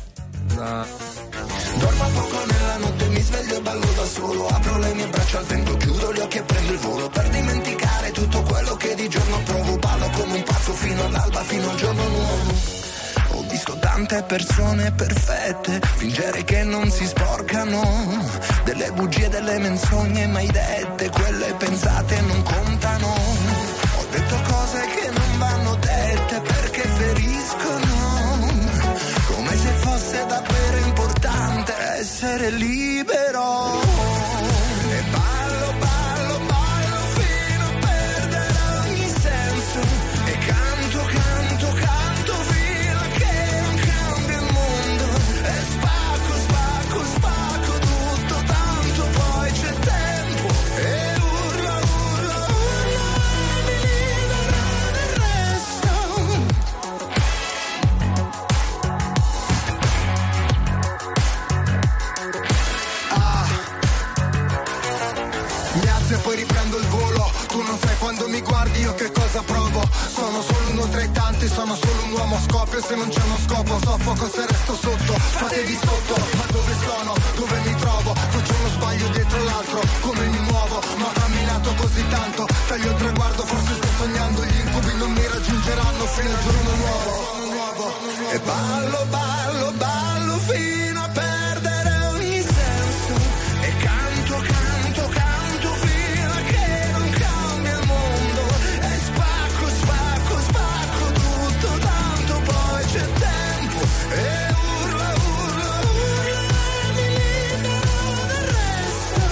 Dormo poco nella notte, mi sveglio e ballo da solo. Apro le mie braccia al vento, chiudo gli occhi e prendo il volo. Per dimenticare tutto quello che di giorno provo. Ballo come un pazzo fino all'alba, fino al giorno nuovo. Ho visto tante persone perfette fingere che non si sporcano, delle bugie, delle menzogne mai dette, quelle pensate non contano. Ho detto cose che non vanno dette perché feriscono, come se fosse davvero importante essere libero. E ballo fino a perdere ogni senso, e canto fino a che non cambia il mondo. E spacco tutto, tanto poi c'è tempo. E urla, mi libero del resto. Mi alzo e poi riprendo il volo. Tu non sai quando mi guardi io che cosa provo. Sono solo uno tra i tanti, sono solo un uomo, scoppio se non c'è uno scopo, soffoco se resto sotto. Fatevi sotto, ma dove sono? Dove mi trovo? Faccio uno sbaglio dietro l'altro, come mi muovo? Ma ho camminato così tanto, taglio il traguardo, forse sto sognando. Gli incubi non mi raggiungeranno fino al giorno nuovo. E ballo fino a perdere ogni senso. E canto fino a che non cambia il mondo. E spacco tutto, tanto poi c'è tempo. E urla, mi libero del resto.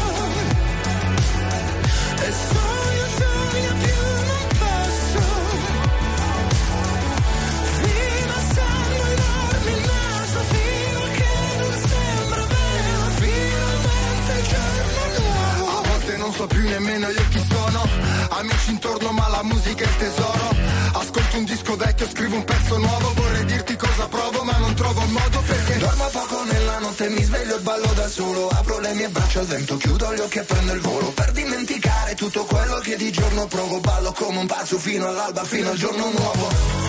E sogno più non posso, fino a sanguinarmi il naso, fino a che non sembra vero, finalmente il giorno nuovo. A volte non so più nemmeno io chi sono, amici intorno ma la musica è il tesoro. Ascolto un disco vecchio, scrivo un pezzo nuovo, vorrei dirti cosa provo ma non trovo un modo perché dormo poco nella notte, mi sveglio e ballo da solo. Apro le mie braccia al vento, chiudo gli occhi e prendo il volo. Per dimenticare tutto quello che di giorno provo, ballo come un pazzo fino all'alba, fino al giorno nuovo.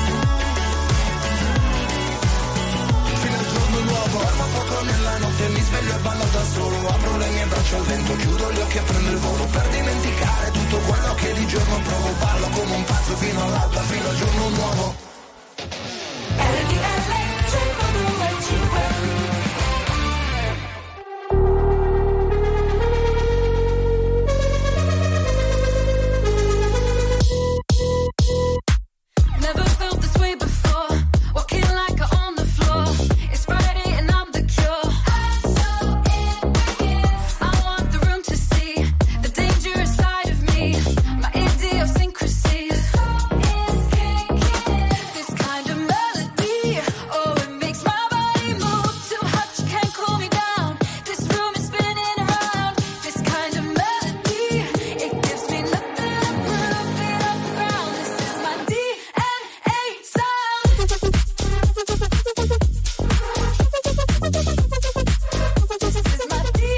Nella notte mi sveglio e ballo da solo, apro le mie braccia al vento, chiudo gli occhi e prendo il volo per dimenticare tutto quello che di giorno provo. Ballo come un pazzo fino all'alba, fino al giorno nuovo. RTL 102.5. Never felt this way before. Walking like I'm on the floor. It's Friday and I'm the cure. I'm so in. I want the room to see the dangerous side of me. My idiosyncrasies. This kind of melody, oh, it makes my body move. Too hot, you can't cool me down. This room is spinning around. This kind of melody, it gives me nothing to prove. Feet off the ground. This is my DNA sound. This is my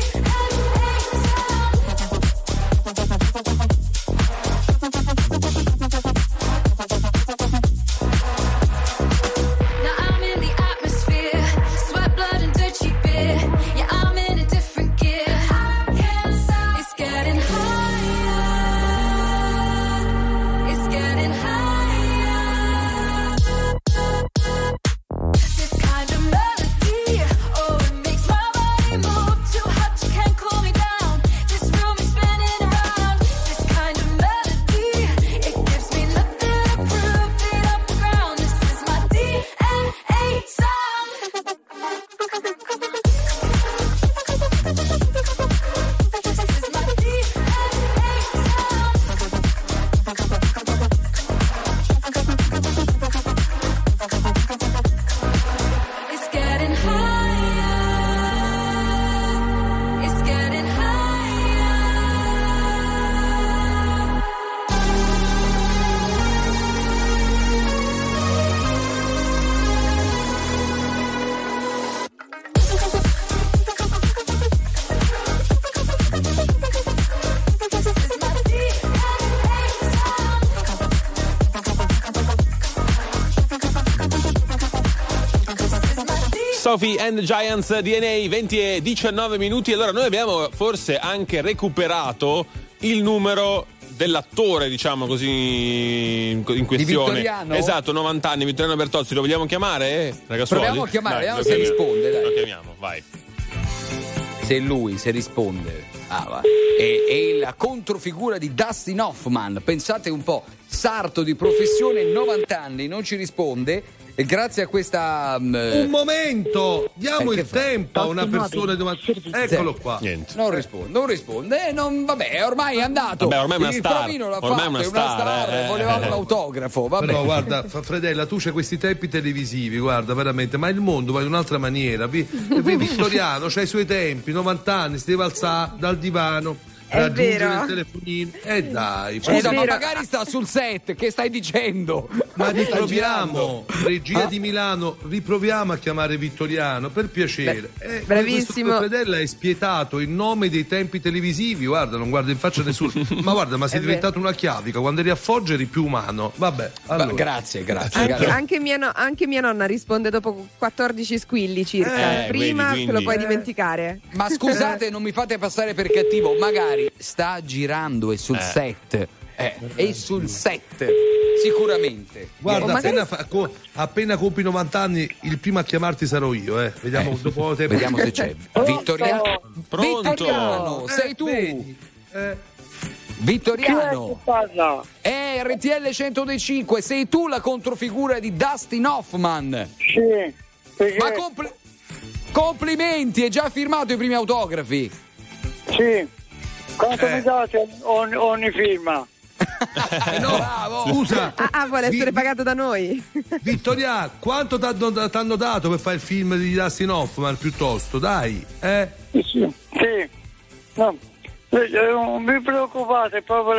Now I'm in the atmosphere, sweat, blood, and dirty beer. Yeah, I'm in a different gear. I can't stop. It's getting higher. It's getting higher. This kind of melody, oh, it makes my body move. Too hot, you can't cool me down. This room is spinning around. This kind of melody, it gives me nothing to prove. Feet off the ground. This is my DNA sound. This is my It's getting higher. It's getting higher. Sophie and the Giants, DNA, 20 e 19 minuti. Allora noi abbiamo forse anche recuperato il numero dell'attore, diciamo così, in questione. Di Vittoriano? Esatto, 90 anni, Vittoriano Bertozzi. Lo vogliamo chiamare, ragazzuoli? Proviamo a chiamare, Dai, vediamo se risponde, dai. Lo chiamiamo, vai. Se risponde. Va. E la controfigura di Dustin Hoffman, pensate un po', sarto di professione, 90 anni, non ci risponde. E grazie a questa un momento, diamo il tempo a una persona di eccolo qua. Niente. Non risponde, vabbè, ormai è andato. Vabbè, ormai è una il star. provino l'ha Ormai fatto, è una è star, volevamo l'autografo, vabbè. Però guarda, Fredella, tu c'hai questi tempi televisivi, guarda, veramente, ma il mondo va in un'altra maniera. Vittoriano c'ha i suoi tempi, 90 anni, si deve alzare dal divano. Raggiungere il telefonino dai, scusa, ma magari sta sul set, che stai dicendo? Ma riproviamo, regia di Milano, riproviamo a chiamare Vittoriano, per piacere. Bravissimo. Fredella è spietato in nome dei tempi televisivi, guarda, non guarda in faccia a nessuno. Ma guarda, ma sei diventato una chiavica, quando eri a Foggia eri più umano. Vabbè, allora. Grazie. Anche mia nonna risponde dopo 14 squilli circa. Prima vedi, te lo puoi dimenticare. Ma scusate, non mi fate passare per cattivo, magari sta girando e sul set. È sul set, sicuramente. Guarda, appena compi 90 anni, il primo a chiamarti sarò io. Vediamo dopo te. Vediamo se c'è. Vittoriano. Pronto? Vittoriano, sei tu. Vittoriano. È RTL 105, sei tu la controfigura di Dustin Hoffman. Sì. Perché... Ma complimenti, hai già firmato i primi autografi. Sì. Quanto mi date ogni firma? No, bravo. Scusa. Vuole essere pagato da noi. Vittoria, quanto t'hanno dato per fare il film di Dustin Hoffman piuttosto? Dai, Sì. No, non vi preoccupate, proprio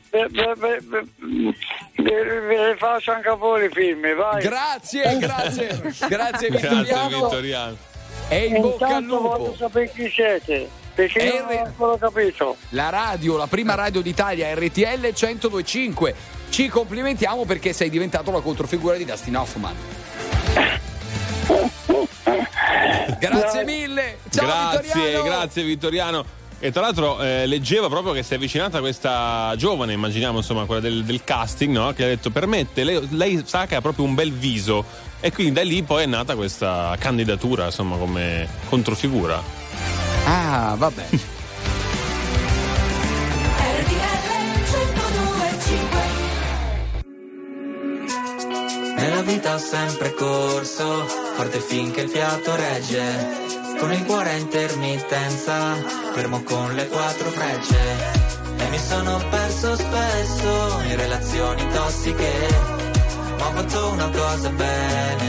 ve faccio anche a voi i film, vai. Grazie Vittoriano. E in bocca al lupo. Voglio sapere chi siete. Perché io non ho ancora capito. La prima radio d'Italia, RTL 102.5. Ci complimentiamo perché sei diventato la controfigura di Dustin Hoffman. Grazie mille. Ciao Vittoriano. grazie Vittoriano. E tra l'altro leggevo proprio che si è avvicinata questa giovane, immaginiamo insomma quella del casting, no? Che ha detto lei sa che ha proprio un bel viso, e quindi da lì poi è nata questa candidatura insomma come controfigura. Ah, vabbè. Nella vita ho sempre corso, forte finché il fiato regge, con il cuore a intermittenza, fermo con le 4 frecce. E mi sono perso spesso in relazioni tossiche, ma ho fatto una cosa bene,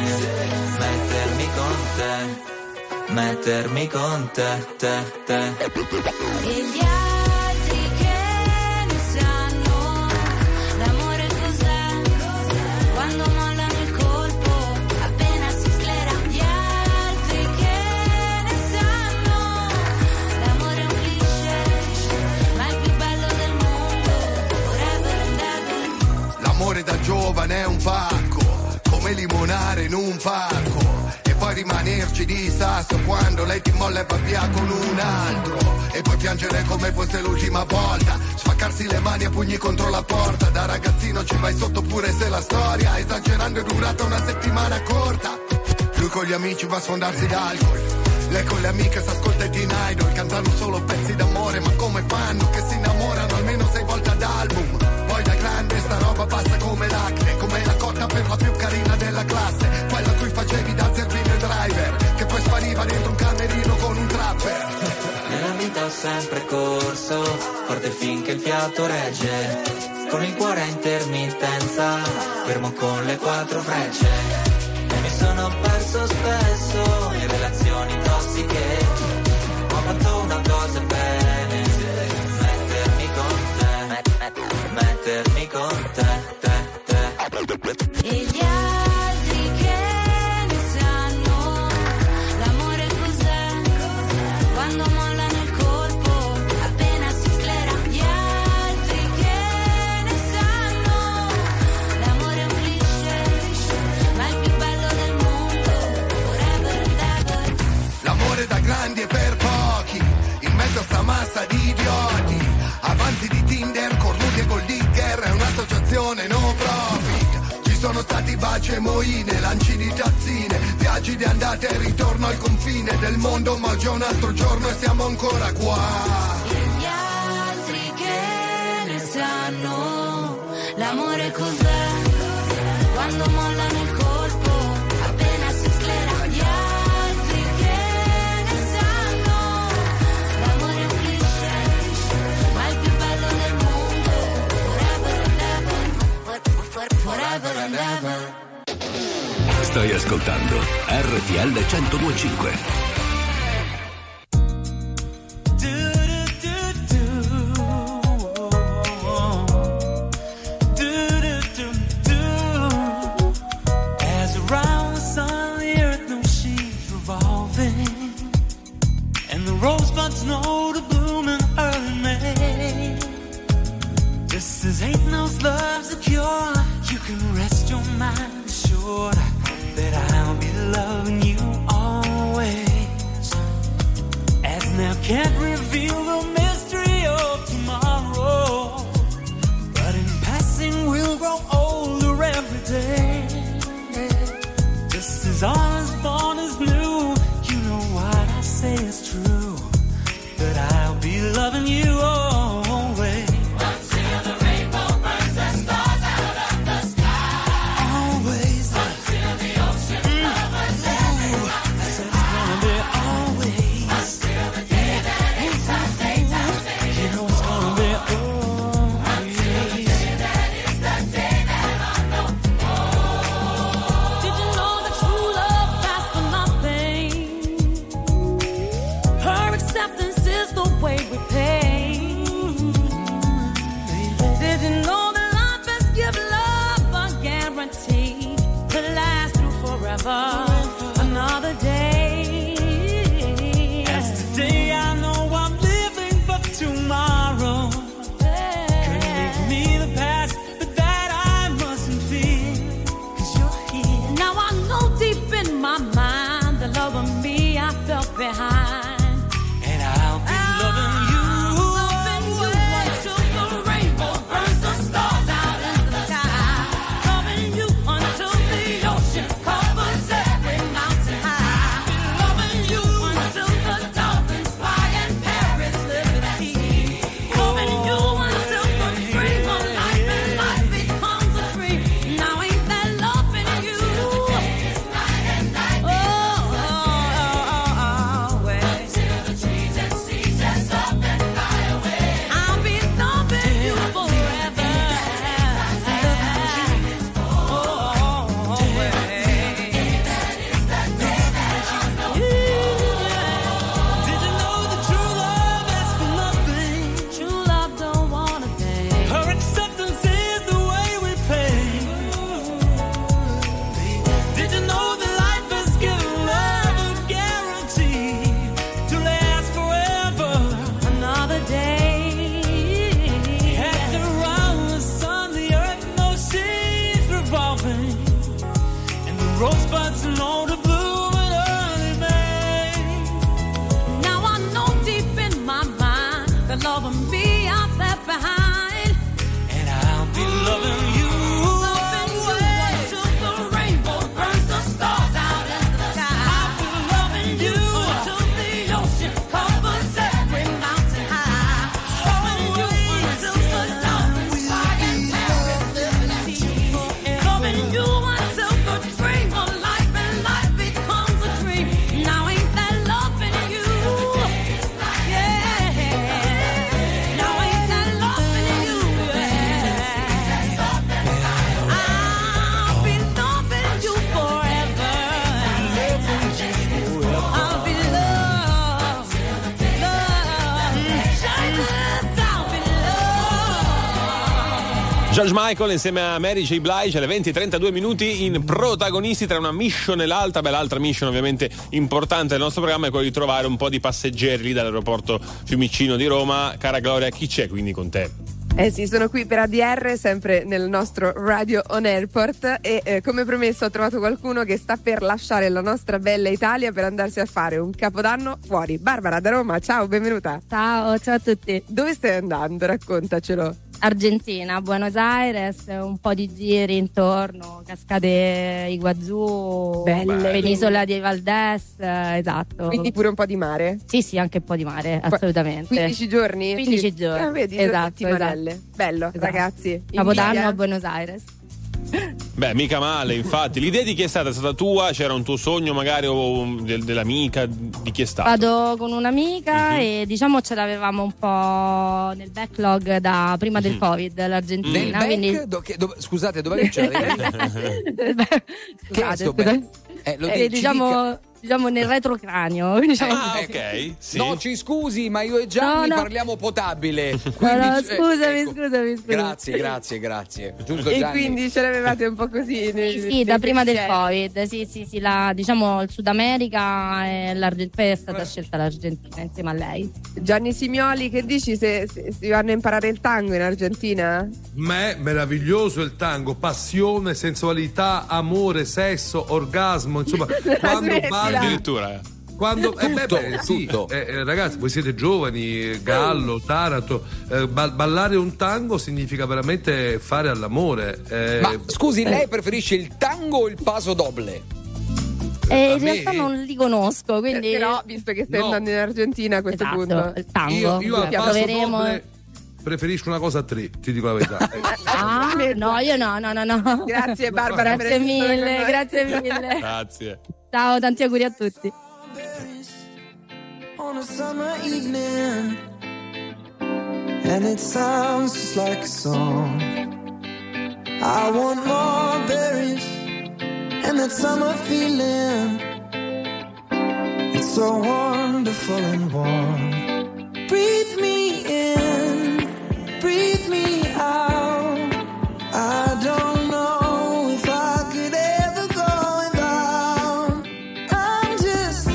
mettermi con te, te. E gli altri che ne sanno, l'amore cos'è, quando mollano il colpo, appena si sclera. Gli altri che ne sanno, l'amore è un cliché, ma il più bello del mondo, forever and ever. L'amore da giovane è un pacco, come limonare in un parco, e poi rimanerci di sasso quando lei ti molla e va via con un altro, e poi piangere come fosse l'ultima volta, spaccarsi le mani a pugni contro la porta. Da ragazzino ci vai sotto pure se la storia, esagerando, è durata una settimana corta. Lui con gli amici va a sfondarsi d'alcol, lei con le amiche s'ascolta i Teen Idol, cantano solo pezzi d'amore, ma come fanno che si innamorano almeno 6 volte ad album. Poi da grande sta roba passa come l'acne, come la cotta per la più carina della classe, quella a cui facevi da zerbino driver, che poi spariva dentro un camerino con un trapper. Nella vita ho sempre corso, forte finché il fiato regge, con il cuore a intermittenza, fermo con le 4 frecce. E mi sono perso spesso in relazioni tossiche, ho fatto una cosa bene, mettermi con te. E gli altri che ne sanno, l'amore cos'è, quando mollano il colpo, appena si sclera. Gli altri che ne sanno, l'amore è un cliché, ma il più bello del mondo, forever and ever. L'amore da grandi e per pochi, in mezzo a sta massa di idioti, avanti di Tinder, cornuti e gold digger, è un'associazione no profit. Ci sono stati baci e moine, lanci di tazzine, viaggi di andata e ritorno al confine del mondo, ma oggi è un altro giorno e siamo ancora qua. E gli altri che ne sanno, l'amore cos'è, quando mollano il colpo, appena si sclera. Gli altri che ne sanno, l'amore è un cliché, ma il più bello del mondo, forever and ever, forever and ever. Stai ascoltando RTL 102.5. Know to bloom in early May. Just as ain't no love secure, you can rest your mind assured that I'll be loving you always. As now can't reveal the mystery of tomorrow, but in passing we'll grow older every day. Just as all is born is new, you know what I say is true, that I'll be loving you always. Until the rainbow burns the stars out of the sky. Always. Until the ocean covers everyone. I said it's gonna be always. Until the day that it's our daytime day. You know it's gonna be always. Until the day that is the day that I know. Oh. Did you know that true love lasts for nothing? Her acceptance is the way we pay. Did you know that life has given love a guarantee to last through forever? Another day. As today I know I'm living for tomorrow. Could make me the past, but that I mustn't fear, 'cause you're here. Now I know deep in my mind the love of me I felt behind. George Michael insieme a Mary J. Blige alle 20:32 in protagonisti tra una mission e l'altra. Beh, l'altra mission ovviamente importante del nostro programma è quello di trovare un po' di passeggeri lì dall'aeroporto Fiumicino di Roma. Cara Gloria, chi c'è quindi con te? Sì, sono qui per ADR, sempre nel nostro Radio on Airport e come promesso ho trovato qualcuno che sta per lasciare la nostra bella Italia per andarsi a fare un capodanno fuori. Barbara da Roma, ciao, benvenuta. Ciao a tutti. Dove stai andando? Raccontacelo. Argentina, Buenos Aires, un po' di giri intorno, cascate Iguazú, penisola di Valdés, esatto. Quindi pure un po' di mare? Sì, anche un po' di mare, assolutamente. 15 giorni? 15 giorni. Vedi, esatto. Bello, ragazzi. Capodanno a Buenos Aires. Beh, mica male, infatti. L'idea di chi è stata? È stata tua? C'era un tuo sogno magari o dell'amica? Di chi è stato? Vado con un'amica e diciamo ce l'avevamo un po' nel backlog da prima del Covid, l'Argentina. Quindi... Scusate, dov'è che c'è? Scusate. Diciamo nel retrocranio. Ok. Sì. No, ci scusi, ma io e Gianni parliamo potabile. Scusami. Grazie. Giusto, e Gianni? quindi ce l'avevate un po' così? Sì, da prima del Covid. Sì, diciamo il Sud America e poi è stata scelta l'Argentina insieme a lei. Gianni Simioli, che dici se si vanno a imparare il tango in Argentina? Meraviglioso il tango, passione, sensualità, amore, sesso, orgasmo, insomma, quando balli addirittura tutto. Ragazzi, voi siete giovani, Gallo, Taranto, ballare un tango significa veramente fare all'amore. Ma scusi, lei preferisce il tango o il paso doble? In realtà non li conosco, quindi però visto che stai andando in Argentina a questo punto il tango io al paso doble preferisco una cosa a tre, ti dico la verità. No, io no. Grazie Barbara, grazie mille. Grazie. Ciao, tanti auguri a tutti. On a summer evening, and it sounds just like a song. I want more berries and that summer feeling. It's so wonderful and warm. Breathe me in, breathe me out. I don't know if I could ever go without. I'm just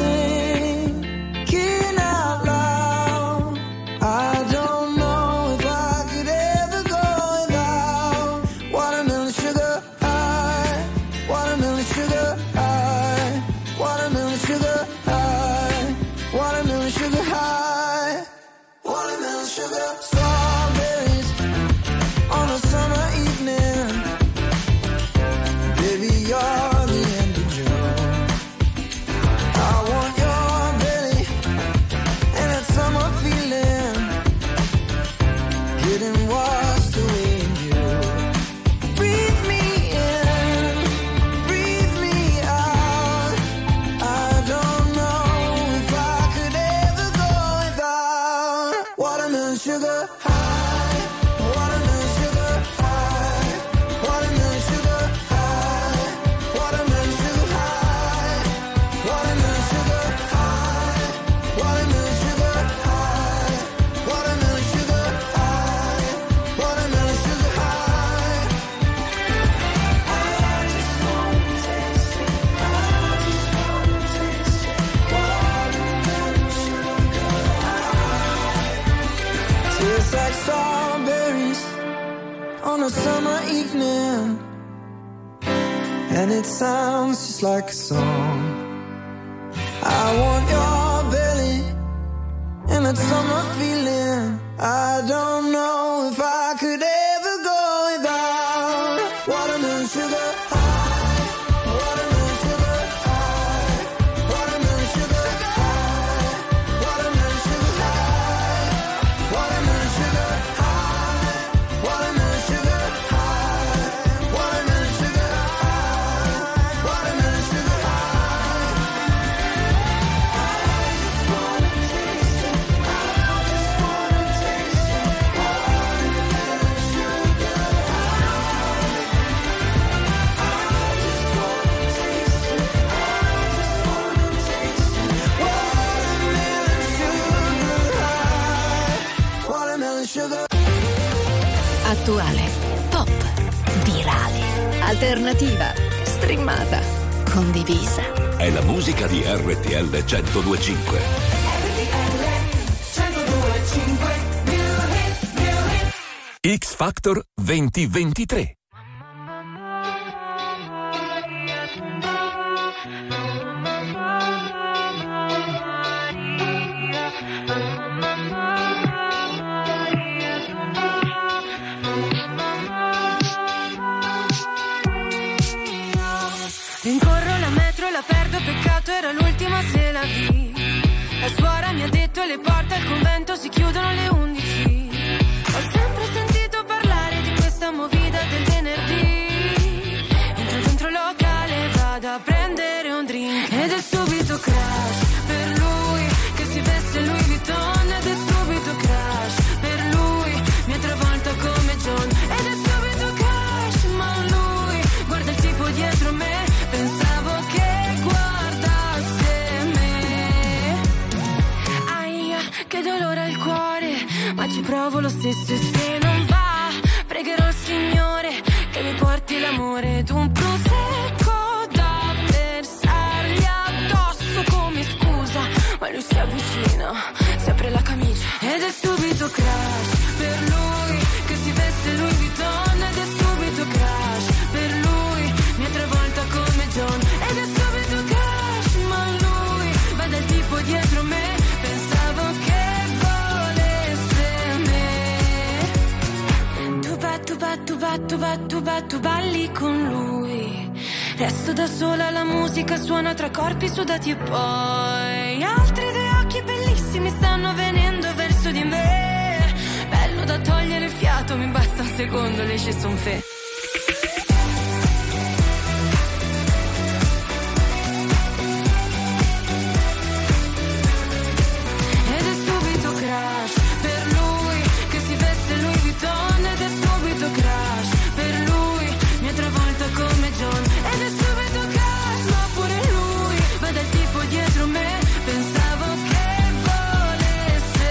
thinking out loud. I don't know if I could ever go without. Watermelon sugar high, watermelon sugar high, watermelon sugar high, watermelon sugar high, watermelon sugar. Strawberries on a summer evening. Baby, you're the end of June. I want your belly and that summer feeling. Getting washed away in you. Breathe me in, breathe me out. I don't know if I could ever go without. Watermelon sugar high, watermelon sugar high, watermelon sugar high, watermelon sugar high, watermelon sugar high, watermelon sugar high, watermelon sugar high, watermelon sugar high. I just wanna taste it, I just wanna taste it. Watermelon sugar high. Tastes like strawberries on a summer evening, and it sounds just like a song. I want your belly and that summer feeling. I don't know if I could ever go without. Watermelon sugar high, watermelon sugar high, watermelon sugar high, watermelon sugar high, watermelon sugar high, watermelon sugar high, watermelon sugar high, watermelon sugar high. I just wanna taste it, I just wanna taste it. Watermelon sugar high. I just wanna taste it, I just wanna taste it. Watermelon sugar high, watermelon sugar. Attuale, pop, alternativa, streamata, condivisa. È la musica di RTL 102.5. X Factor 2023. Rincorro la metro e la perdo, peccato era l'ultima se la vi. La suora mi ha detto le porte al convento si chiudono alle 11. Ho sempre sentito parlare di questa movida del venerdì. Entro dentro il locale, vado a prendere un drink ed è subito crash per lui che si veste Louis Vuitton. Ed è subito crash per lui, mi ha travolta come John. Ed è subito crash, ma lui guarda il tipo dietro me. Pensavo che guardasse me. Aia, che dolore al cuore, ma ci provo lo stesso e se non va pregherò il Signore che mi porti l'amore ed un prosecco da versargli addosso come scusa. Ma lui si avvicina, si apre la camicia ed è subito crash per lui che si veste Louis Vuitton. Ed è subito crash per lui, mi ha travolta come John. Ed è subito crash, ma lui va dal tipo dietro me. Pensavo che volesse me. Tu balli con lui. Resto da sola, la musica suona tra corpi sudati e poi altri due occhi bellissimi stanno venendo verso di me. Bello da togliere il fiato, mi basta un secondo, le esce son fe. Ed è subito crash per lui che si veste Louis Vuitton. Ed è subito crash per lui, mi ha travolta come John. Ed è subito crash, ma pure lui va dal tipo dietro me. Pensavo che volesse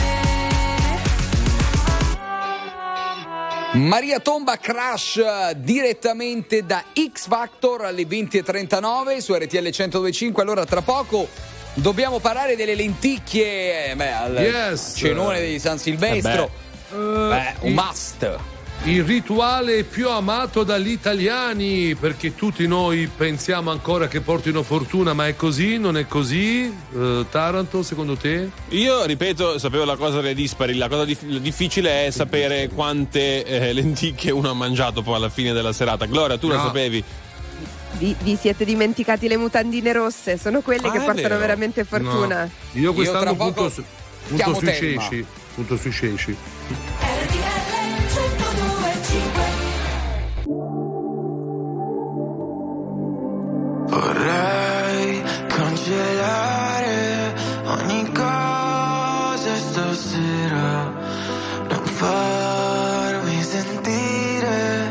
me. Maria Tomba, Crash, direttamente da X Factor alle 20.39 su RTL 102.5. Allora tra poco dobbiamo parlare delle lenticchie al cenone di San Silvestro. Un must. Il rituale più amato dagli italiani, perché tutti noi pensiamo ancora che portino fortuna, ma è così? Non è così? Taranto, secondo te? Io ripeto, sapevo la cosa delle dispari, la cosa difficile è sapere quante lenticchie uno ha mangiato poi alla fine della serata. Gloria, tu la sapevi? Vi siete dimenticati le mutandine rosse, sono quelle che portano veramente fortuna. No. Io quest'anno punto sui ceci. Vorrei cancellare ogni cosa stasera, non farmi sentire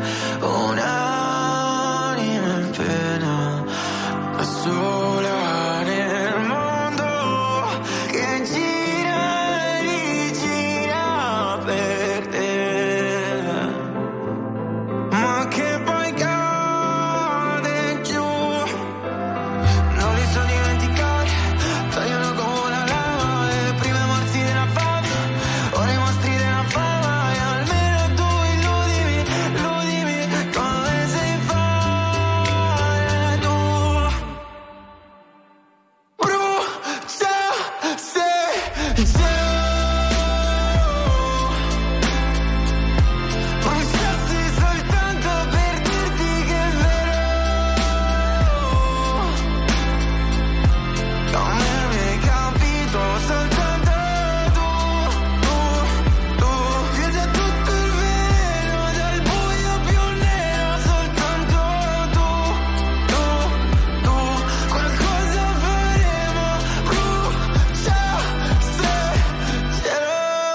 un'anima in pena, da sola nel mondo che gira e rigira per te, ma che poi cade giù. Non li so dimenticare, tagliano come la lava, e prima i morsi della fama, ora i mostri della fama, e almeno tu illudimi come sei fare tu. Brucia se bruciassi soltanto per dirti che è vero. Come mi hai capito soltanto tu, che già tutto il vero dal buio più nero, soltanto tu, qualcosa faremo, brucia se cielo.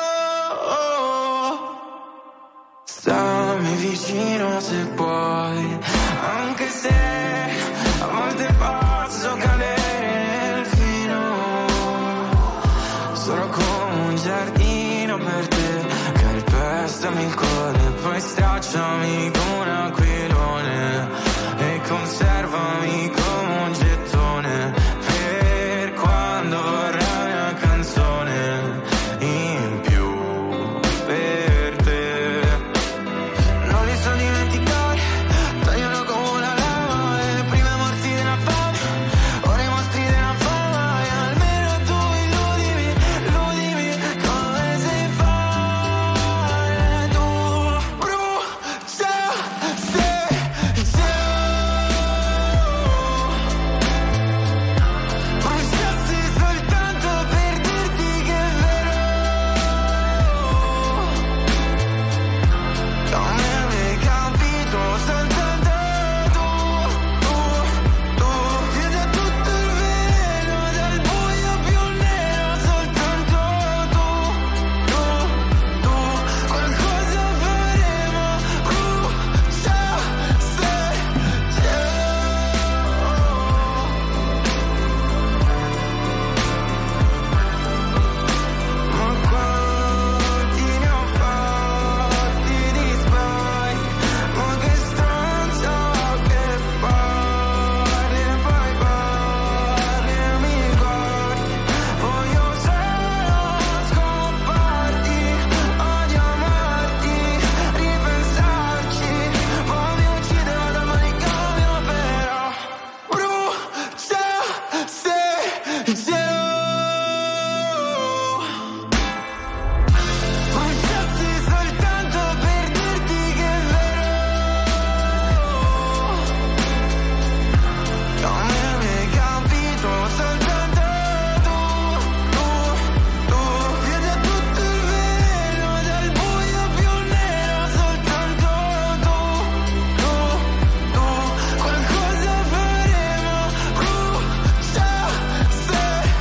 Stammi vicino se puoi, anche se a volte posso cadere nel fino. Sono come un giardino per te, che è il spostami il cuore, poi stracciami come un aquilone e conservami come un gettone per quando vorrai una canzone in più per te. Non li so dimenticare, tagliano come una lama, le prime morti della fame, ora i mostri della fama, e almeno tu illudimi come sei fare tu. Brucia se bruciassi soltanto per dirti che è vero, come avevi capito soltanto tu chiedi a tutto il vero, dal buio più nero soltanto tu qualcosa faremo, brucia se ma quanti ne ho fatti di sbagli, ma che stronza che parli e poi parli e mi guardi, voglio solo scomparti, odio amarti, ripensarci, poi mi uccide, vado al manicomio però, brucia se bruciassi soltanto per dirti che è vero, come avevi capito soltanto tu chiedi a tutto il vero, dal buio più nero soltanto tu qualcosa faremo, brucia se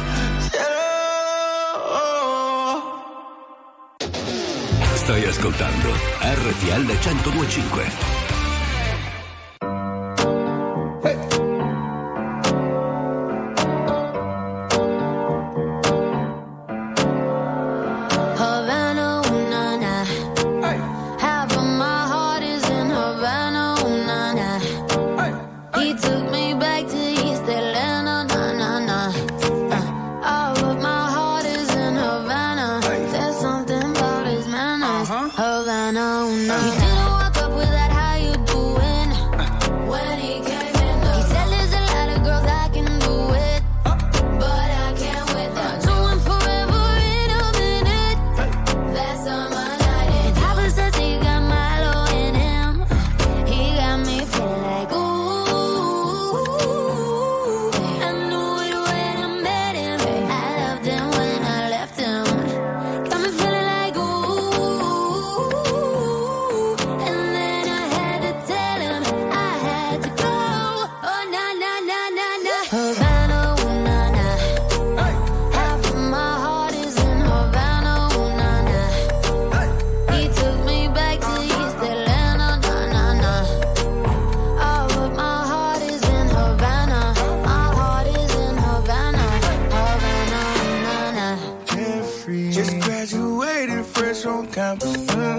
Stai ascoltando RTL 102.5. Havana, ooh, na, na. Half of my heart is in Havana, ooh, na, na. He took me back to East Atlanta, na, na, na. All of my heart is in Havana. There's something about his manners. Havana, ooh, na. He didn't walk up with that, how you doing? When he came in, he said there's a lot of girls I can do it, but I can't with them. So I'm forever in a minute. That's on my night. And Papa says he got Milo in him. He got me feeling like ooh. I knew it when I met him. I loved him when I left him. Got me feeling like ooh. And then I had to tell him I had to go. Oh na na na na na. Havana, ooh, na na. Half of my heart is in Havana, ooh, na na. He took me back to East Atlanta, na na na. All of my heart is in Havana. My heart is in Havana, Havana, na na. Just graduated fresh on campus.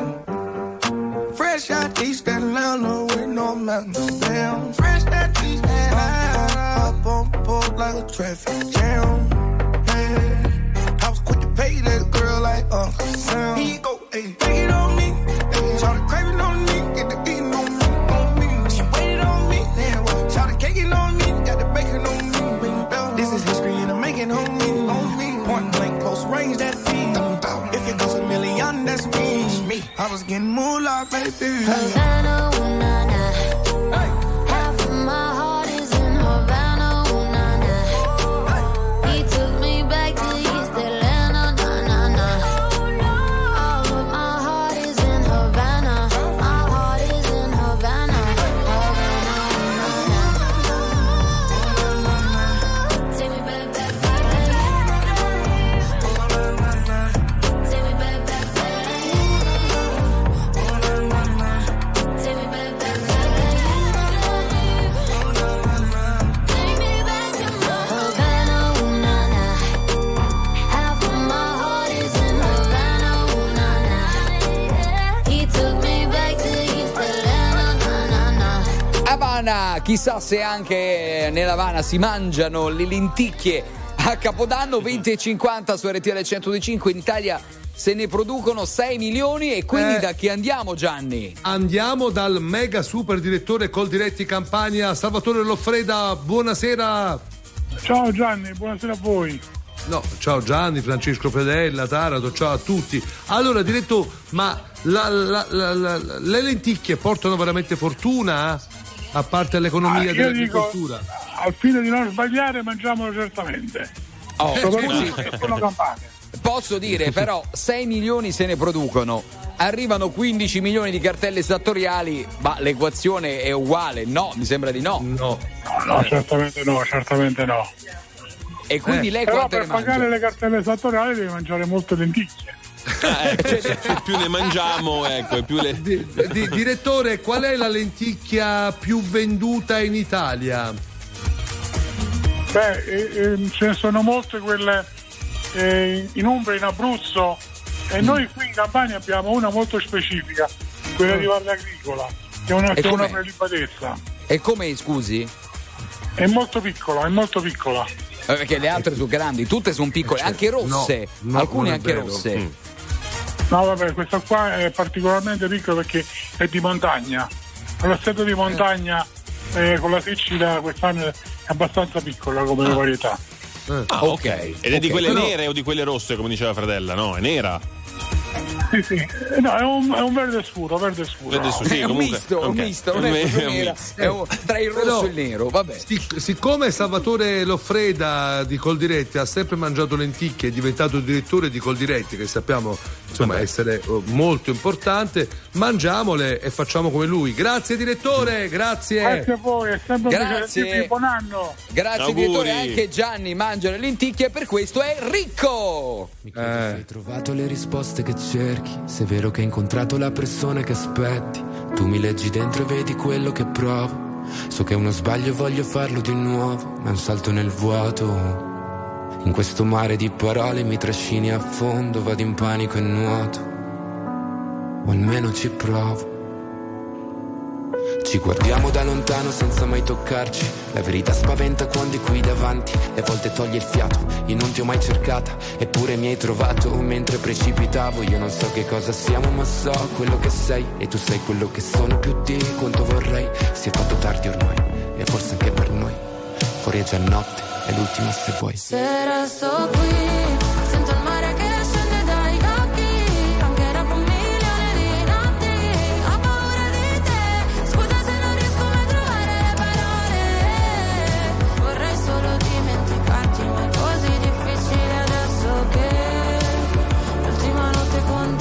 Fresh out East Atlanta with no mountains. Damn, fresh out East Atlanta. Up on board like a traffic jam. I was quick to pay that girl like Uncle Sam. Here you go, ayy, take it on me. Shout the craving on me, get the beating on me, She waited on me, damn. Shout the caking on me, got the bacon on me. This is history and I'm making on me. Point blank, close range, that feed. If it goes a million, that's me. I was getting moolah, baby. Havana, ooh, na na. Half of my heart is in Havana, ooh, na na. He took me back to East Atlanta, na na na. All of my heart is in Havana. My heart is in Havana, Havana, na na. Take me back, back, back. Take me back, back, back. Take me back, back, back. Havana, chissà se anche nell'Havana si mangiano le lenticchie a Capodanno. 20,50 su RTL 102.5. In Italia se ne producono 6 milioni e quindi da chi andiamo, Gianni? Andiamo dal mega super direttore Coldiretti Campania, Salvatore Loffreda. Buonasera. Ciao Gianni, buonasera a voi. No, ciao Gianni, Francesco Fredella, Taranto, ciao a tutti. Allora, diretto, ma le lenticchie portano veramente fortuna? A parte l'economia dell'agricoltura? Al fine di non sbagliare, mangiamolo certamente. Posso dire, però, 6 milioni se ne producono, arrivano 15 milioni di cartelle esattoriali, ma l'equazione è uguale? No, mi sembra di no. No, certamente no. E quindi lei però quante per ne mangia? pagare le cartelle esattoriali devi mangiare molte lenticchie. Se più ne mangiamo, ecco, più le... Direttore, qual è la lenticchia più venduta in Italia? Beh, ce ne sono molte quelle in Umbria, in Abruzzo, e noi qui in Campania abbiamo una molto specifica, quella di Valle Agricola, che è una prelibatezza. E come, scusi? È molto piccola. Perché le altre sono grandi, tutte sono piccole, anche rosse, no, alcune anche rosse. No, vabbè, questa qua è particolarmente piccola perché è di montagna. Lo stato di montagna con la Sicilia quest'anno è abbastanza piccola come varietà. Ok. Ed è di quelle nere o di quelle rosse, come diceva Fredella? No, è nera. Sì. No, è un verde scuro. Sì, è un misto, non è nera, è tra il rosso e il nero, vabbè. Siccome Salvatore Loffreda di Coldiretti ha sempre mangiato lenticchie, è diventato direttore di Coldiretti, che sappiamo insomma essere molto importante, mangiamole e facciamo come lui. Grazie direttore, grazie. Grazie a voi, è sempre un piacere, buon anno. Grazie auguri. Direttore, anche Gianni mangia le lenticchie e per questo è ricco. Hai trovato le risposte che cerchi, se è vero che hai incontrato la persona che aspetti, tu mi leggi dentro e vedi quello che provo, so che è uno sbaglio e voglio farlo di nuovo, ma è un salto nel vuoto. In questo mare di parole mi trascini a fondo, vado in panico e nuoto, o almeno ci provo. Ci guardiamo da lontano senza mai toccarci, la verità spaventa quando è qui davanti, e a volte toglie il fiato, io non ti ho mai cercata, eppure mi hai trovato mentre precipitavo. Io non so che cosa siamo ma so quello che sei, e tu sei quello che sono più di quanto vorrei. Si è fatto tardi ormai, e forse anche per noi, fuori è già notte, è l'ultima se vuoi. Se resto qui, sento il mare che scende dai occhi, anche dopo un milione di notti, ho paura di te, scusa se non riesco mai a trovare le parole, vorrei solo dimenticarti, ma è così difficile adesso che l'ultima notte con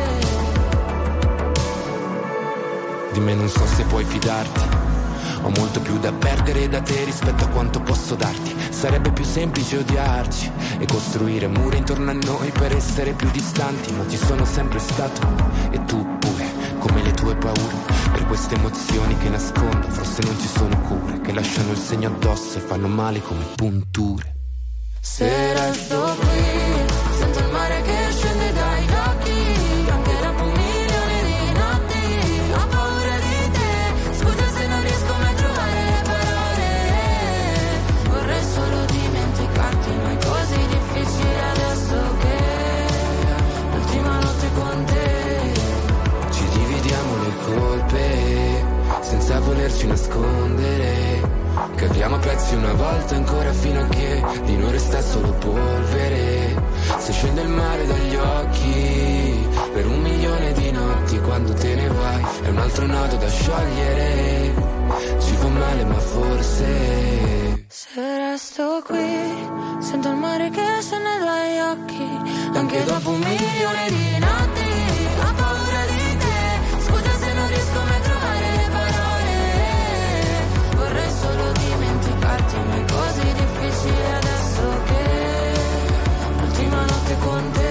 te. Di me non so se puoi fidarti, ho molto più da perdere da te rispetto a quanto posso darti. Sarebbe più semplice odiarci e costruire mura intorno a noi per essere più distanti, ma ci sono sempre stato, e tu pure, come le tue paure, per queste emozioni che nascondo. Forse non ci sono cure, che lasciano il segno addosso e fanno male come punture. Se resto qui, sento il mare che scende dai occhi, anche dopo un milione di notti, ho paura di te, scusa se non riesco mai a trovare le parole, vorrei solo dimenticarti, ma è così difficile adesso che l'ultima notte con te. Ci dividiamo le colpe senza volerci nascondere, cadiamo a pezzi una volta ancora fino a che di noi resta solo polvere. Se scende il mare dagli occhi per un milione di notti, quando te ne vai è un altro nodo da sciogliere. Ci fa male ma forse se resto qui, sento il mare che scende dagli occhi, anche dopo un milione di notti, ho paura di te, scusa se non riesco mai a trovare le parole, vorrei solo dimenticarti, ma è così difficile adesso che l'ultima notte con te.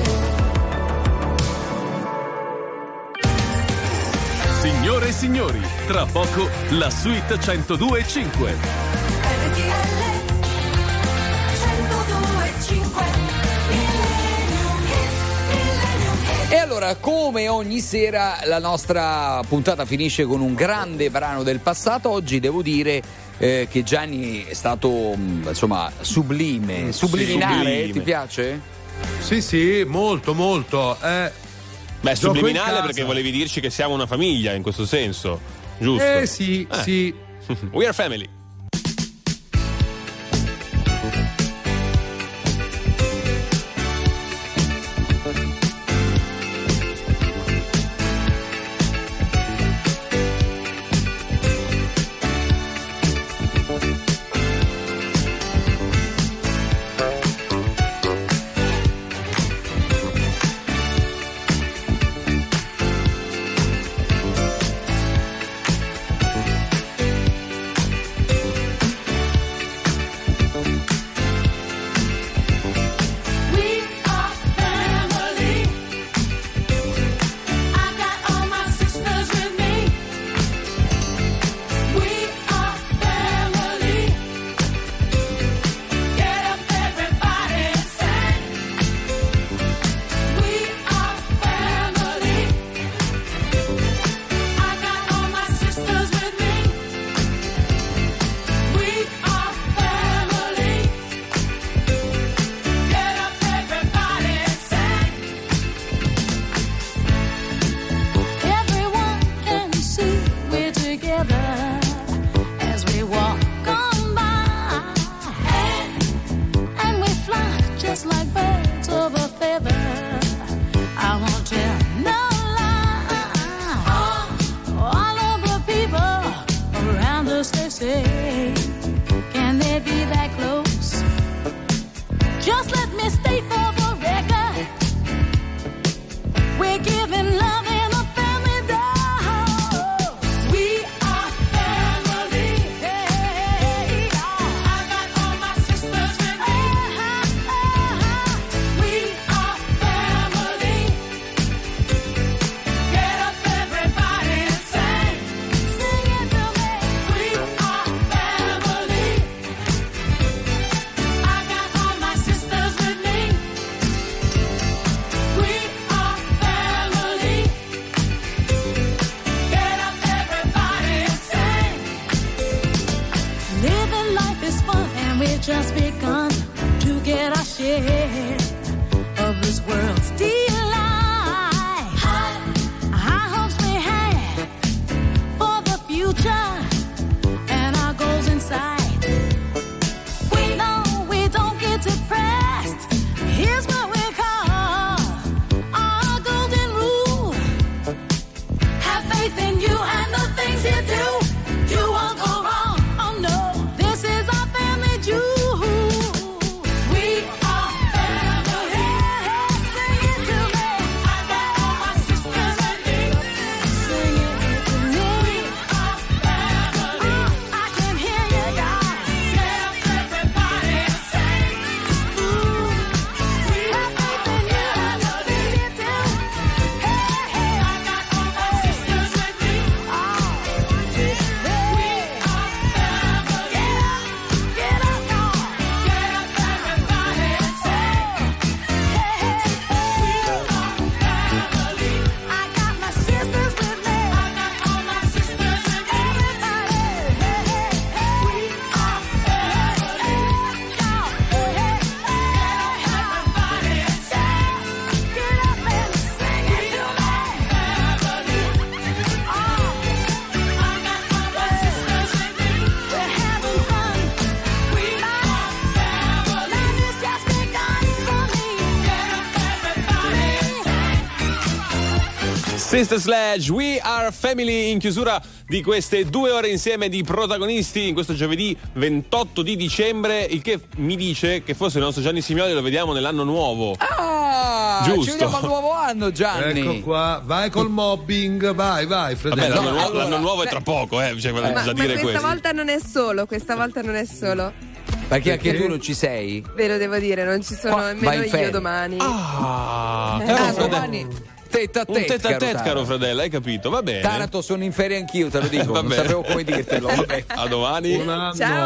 Signore e signori, tra poco la suite 102.5. E allora Allora, come ogni sera la nostra puntata finisce con un grande brano del passato. Oggi devo dire che Gianni è stato insomma sublime, subliminare. Sublime. Ti piace? Sì, molto. Beh, subliminale perché volevi dirci che siamo una famiglia in questo senso, giusto? Sì. We are family. Just begun to get our share of this world's delight. High hopes we had for the future and our goals in sight. We know we don't get depressed. Here's what we call our golden rule. Have faith in you and the things you do. You won't go wrong. Oh no, this is our family jewel. Sister Sledge, We Are Family, in chiusura di queste 2 ore insieme di protagonisti in questo giovedì 28 di dicembre, il che mi dice che forse il nostro Gianni Simioli lo vediamo nell'anno nuovo. Giusto. Ci vediamo al nuovo anno, Gianni. Ecco qua, vai col mobbing, vai, fratello. Vabbè, l'anno nuovo è tra poco, cioè, ma questa volta non è solo, Perché anche tu non ci sei? Ve lo devo dire, non ci sono nemmeno io domani. Domani tête a tête, un tête a tête, caro fratello, hai capito? Va bene. Taranto, sono in ferie anch'io, te lo dico. Non sapevo come dirtelo. Vabbè. A domani. Ciao.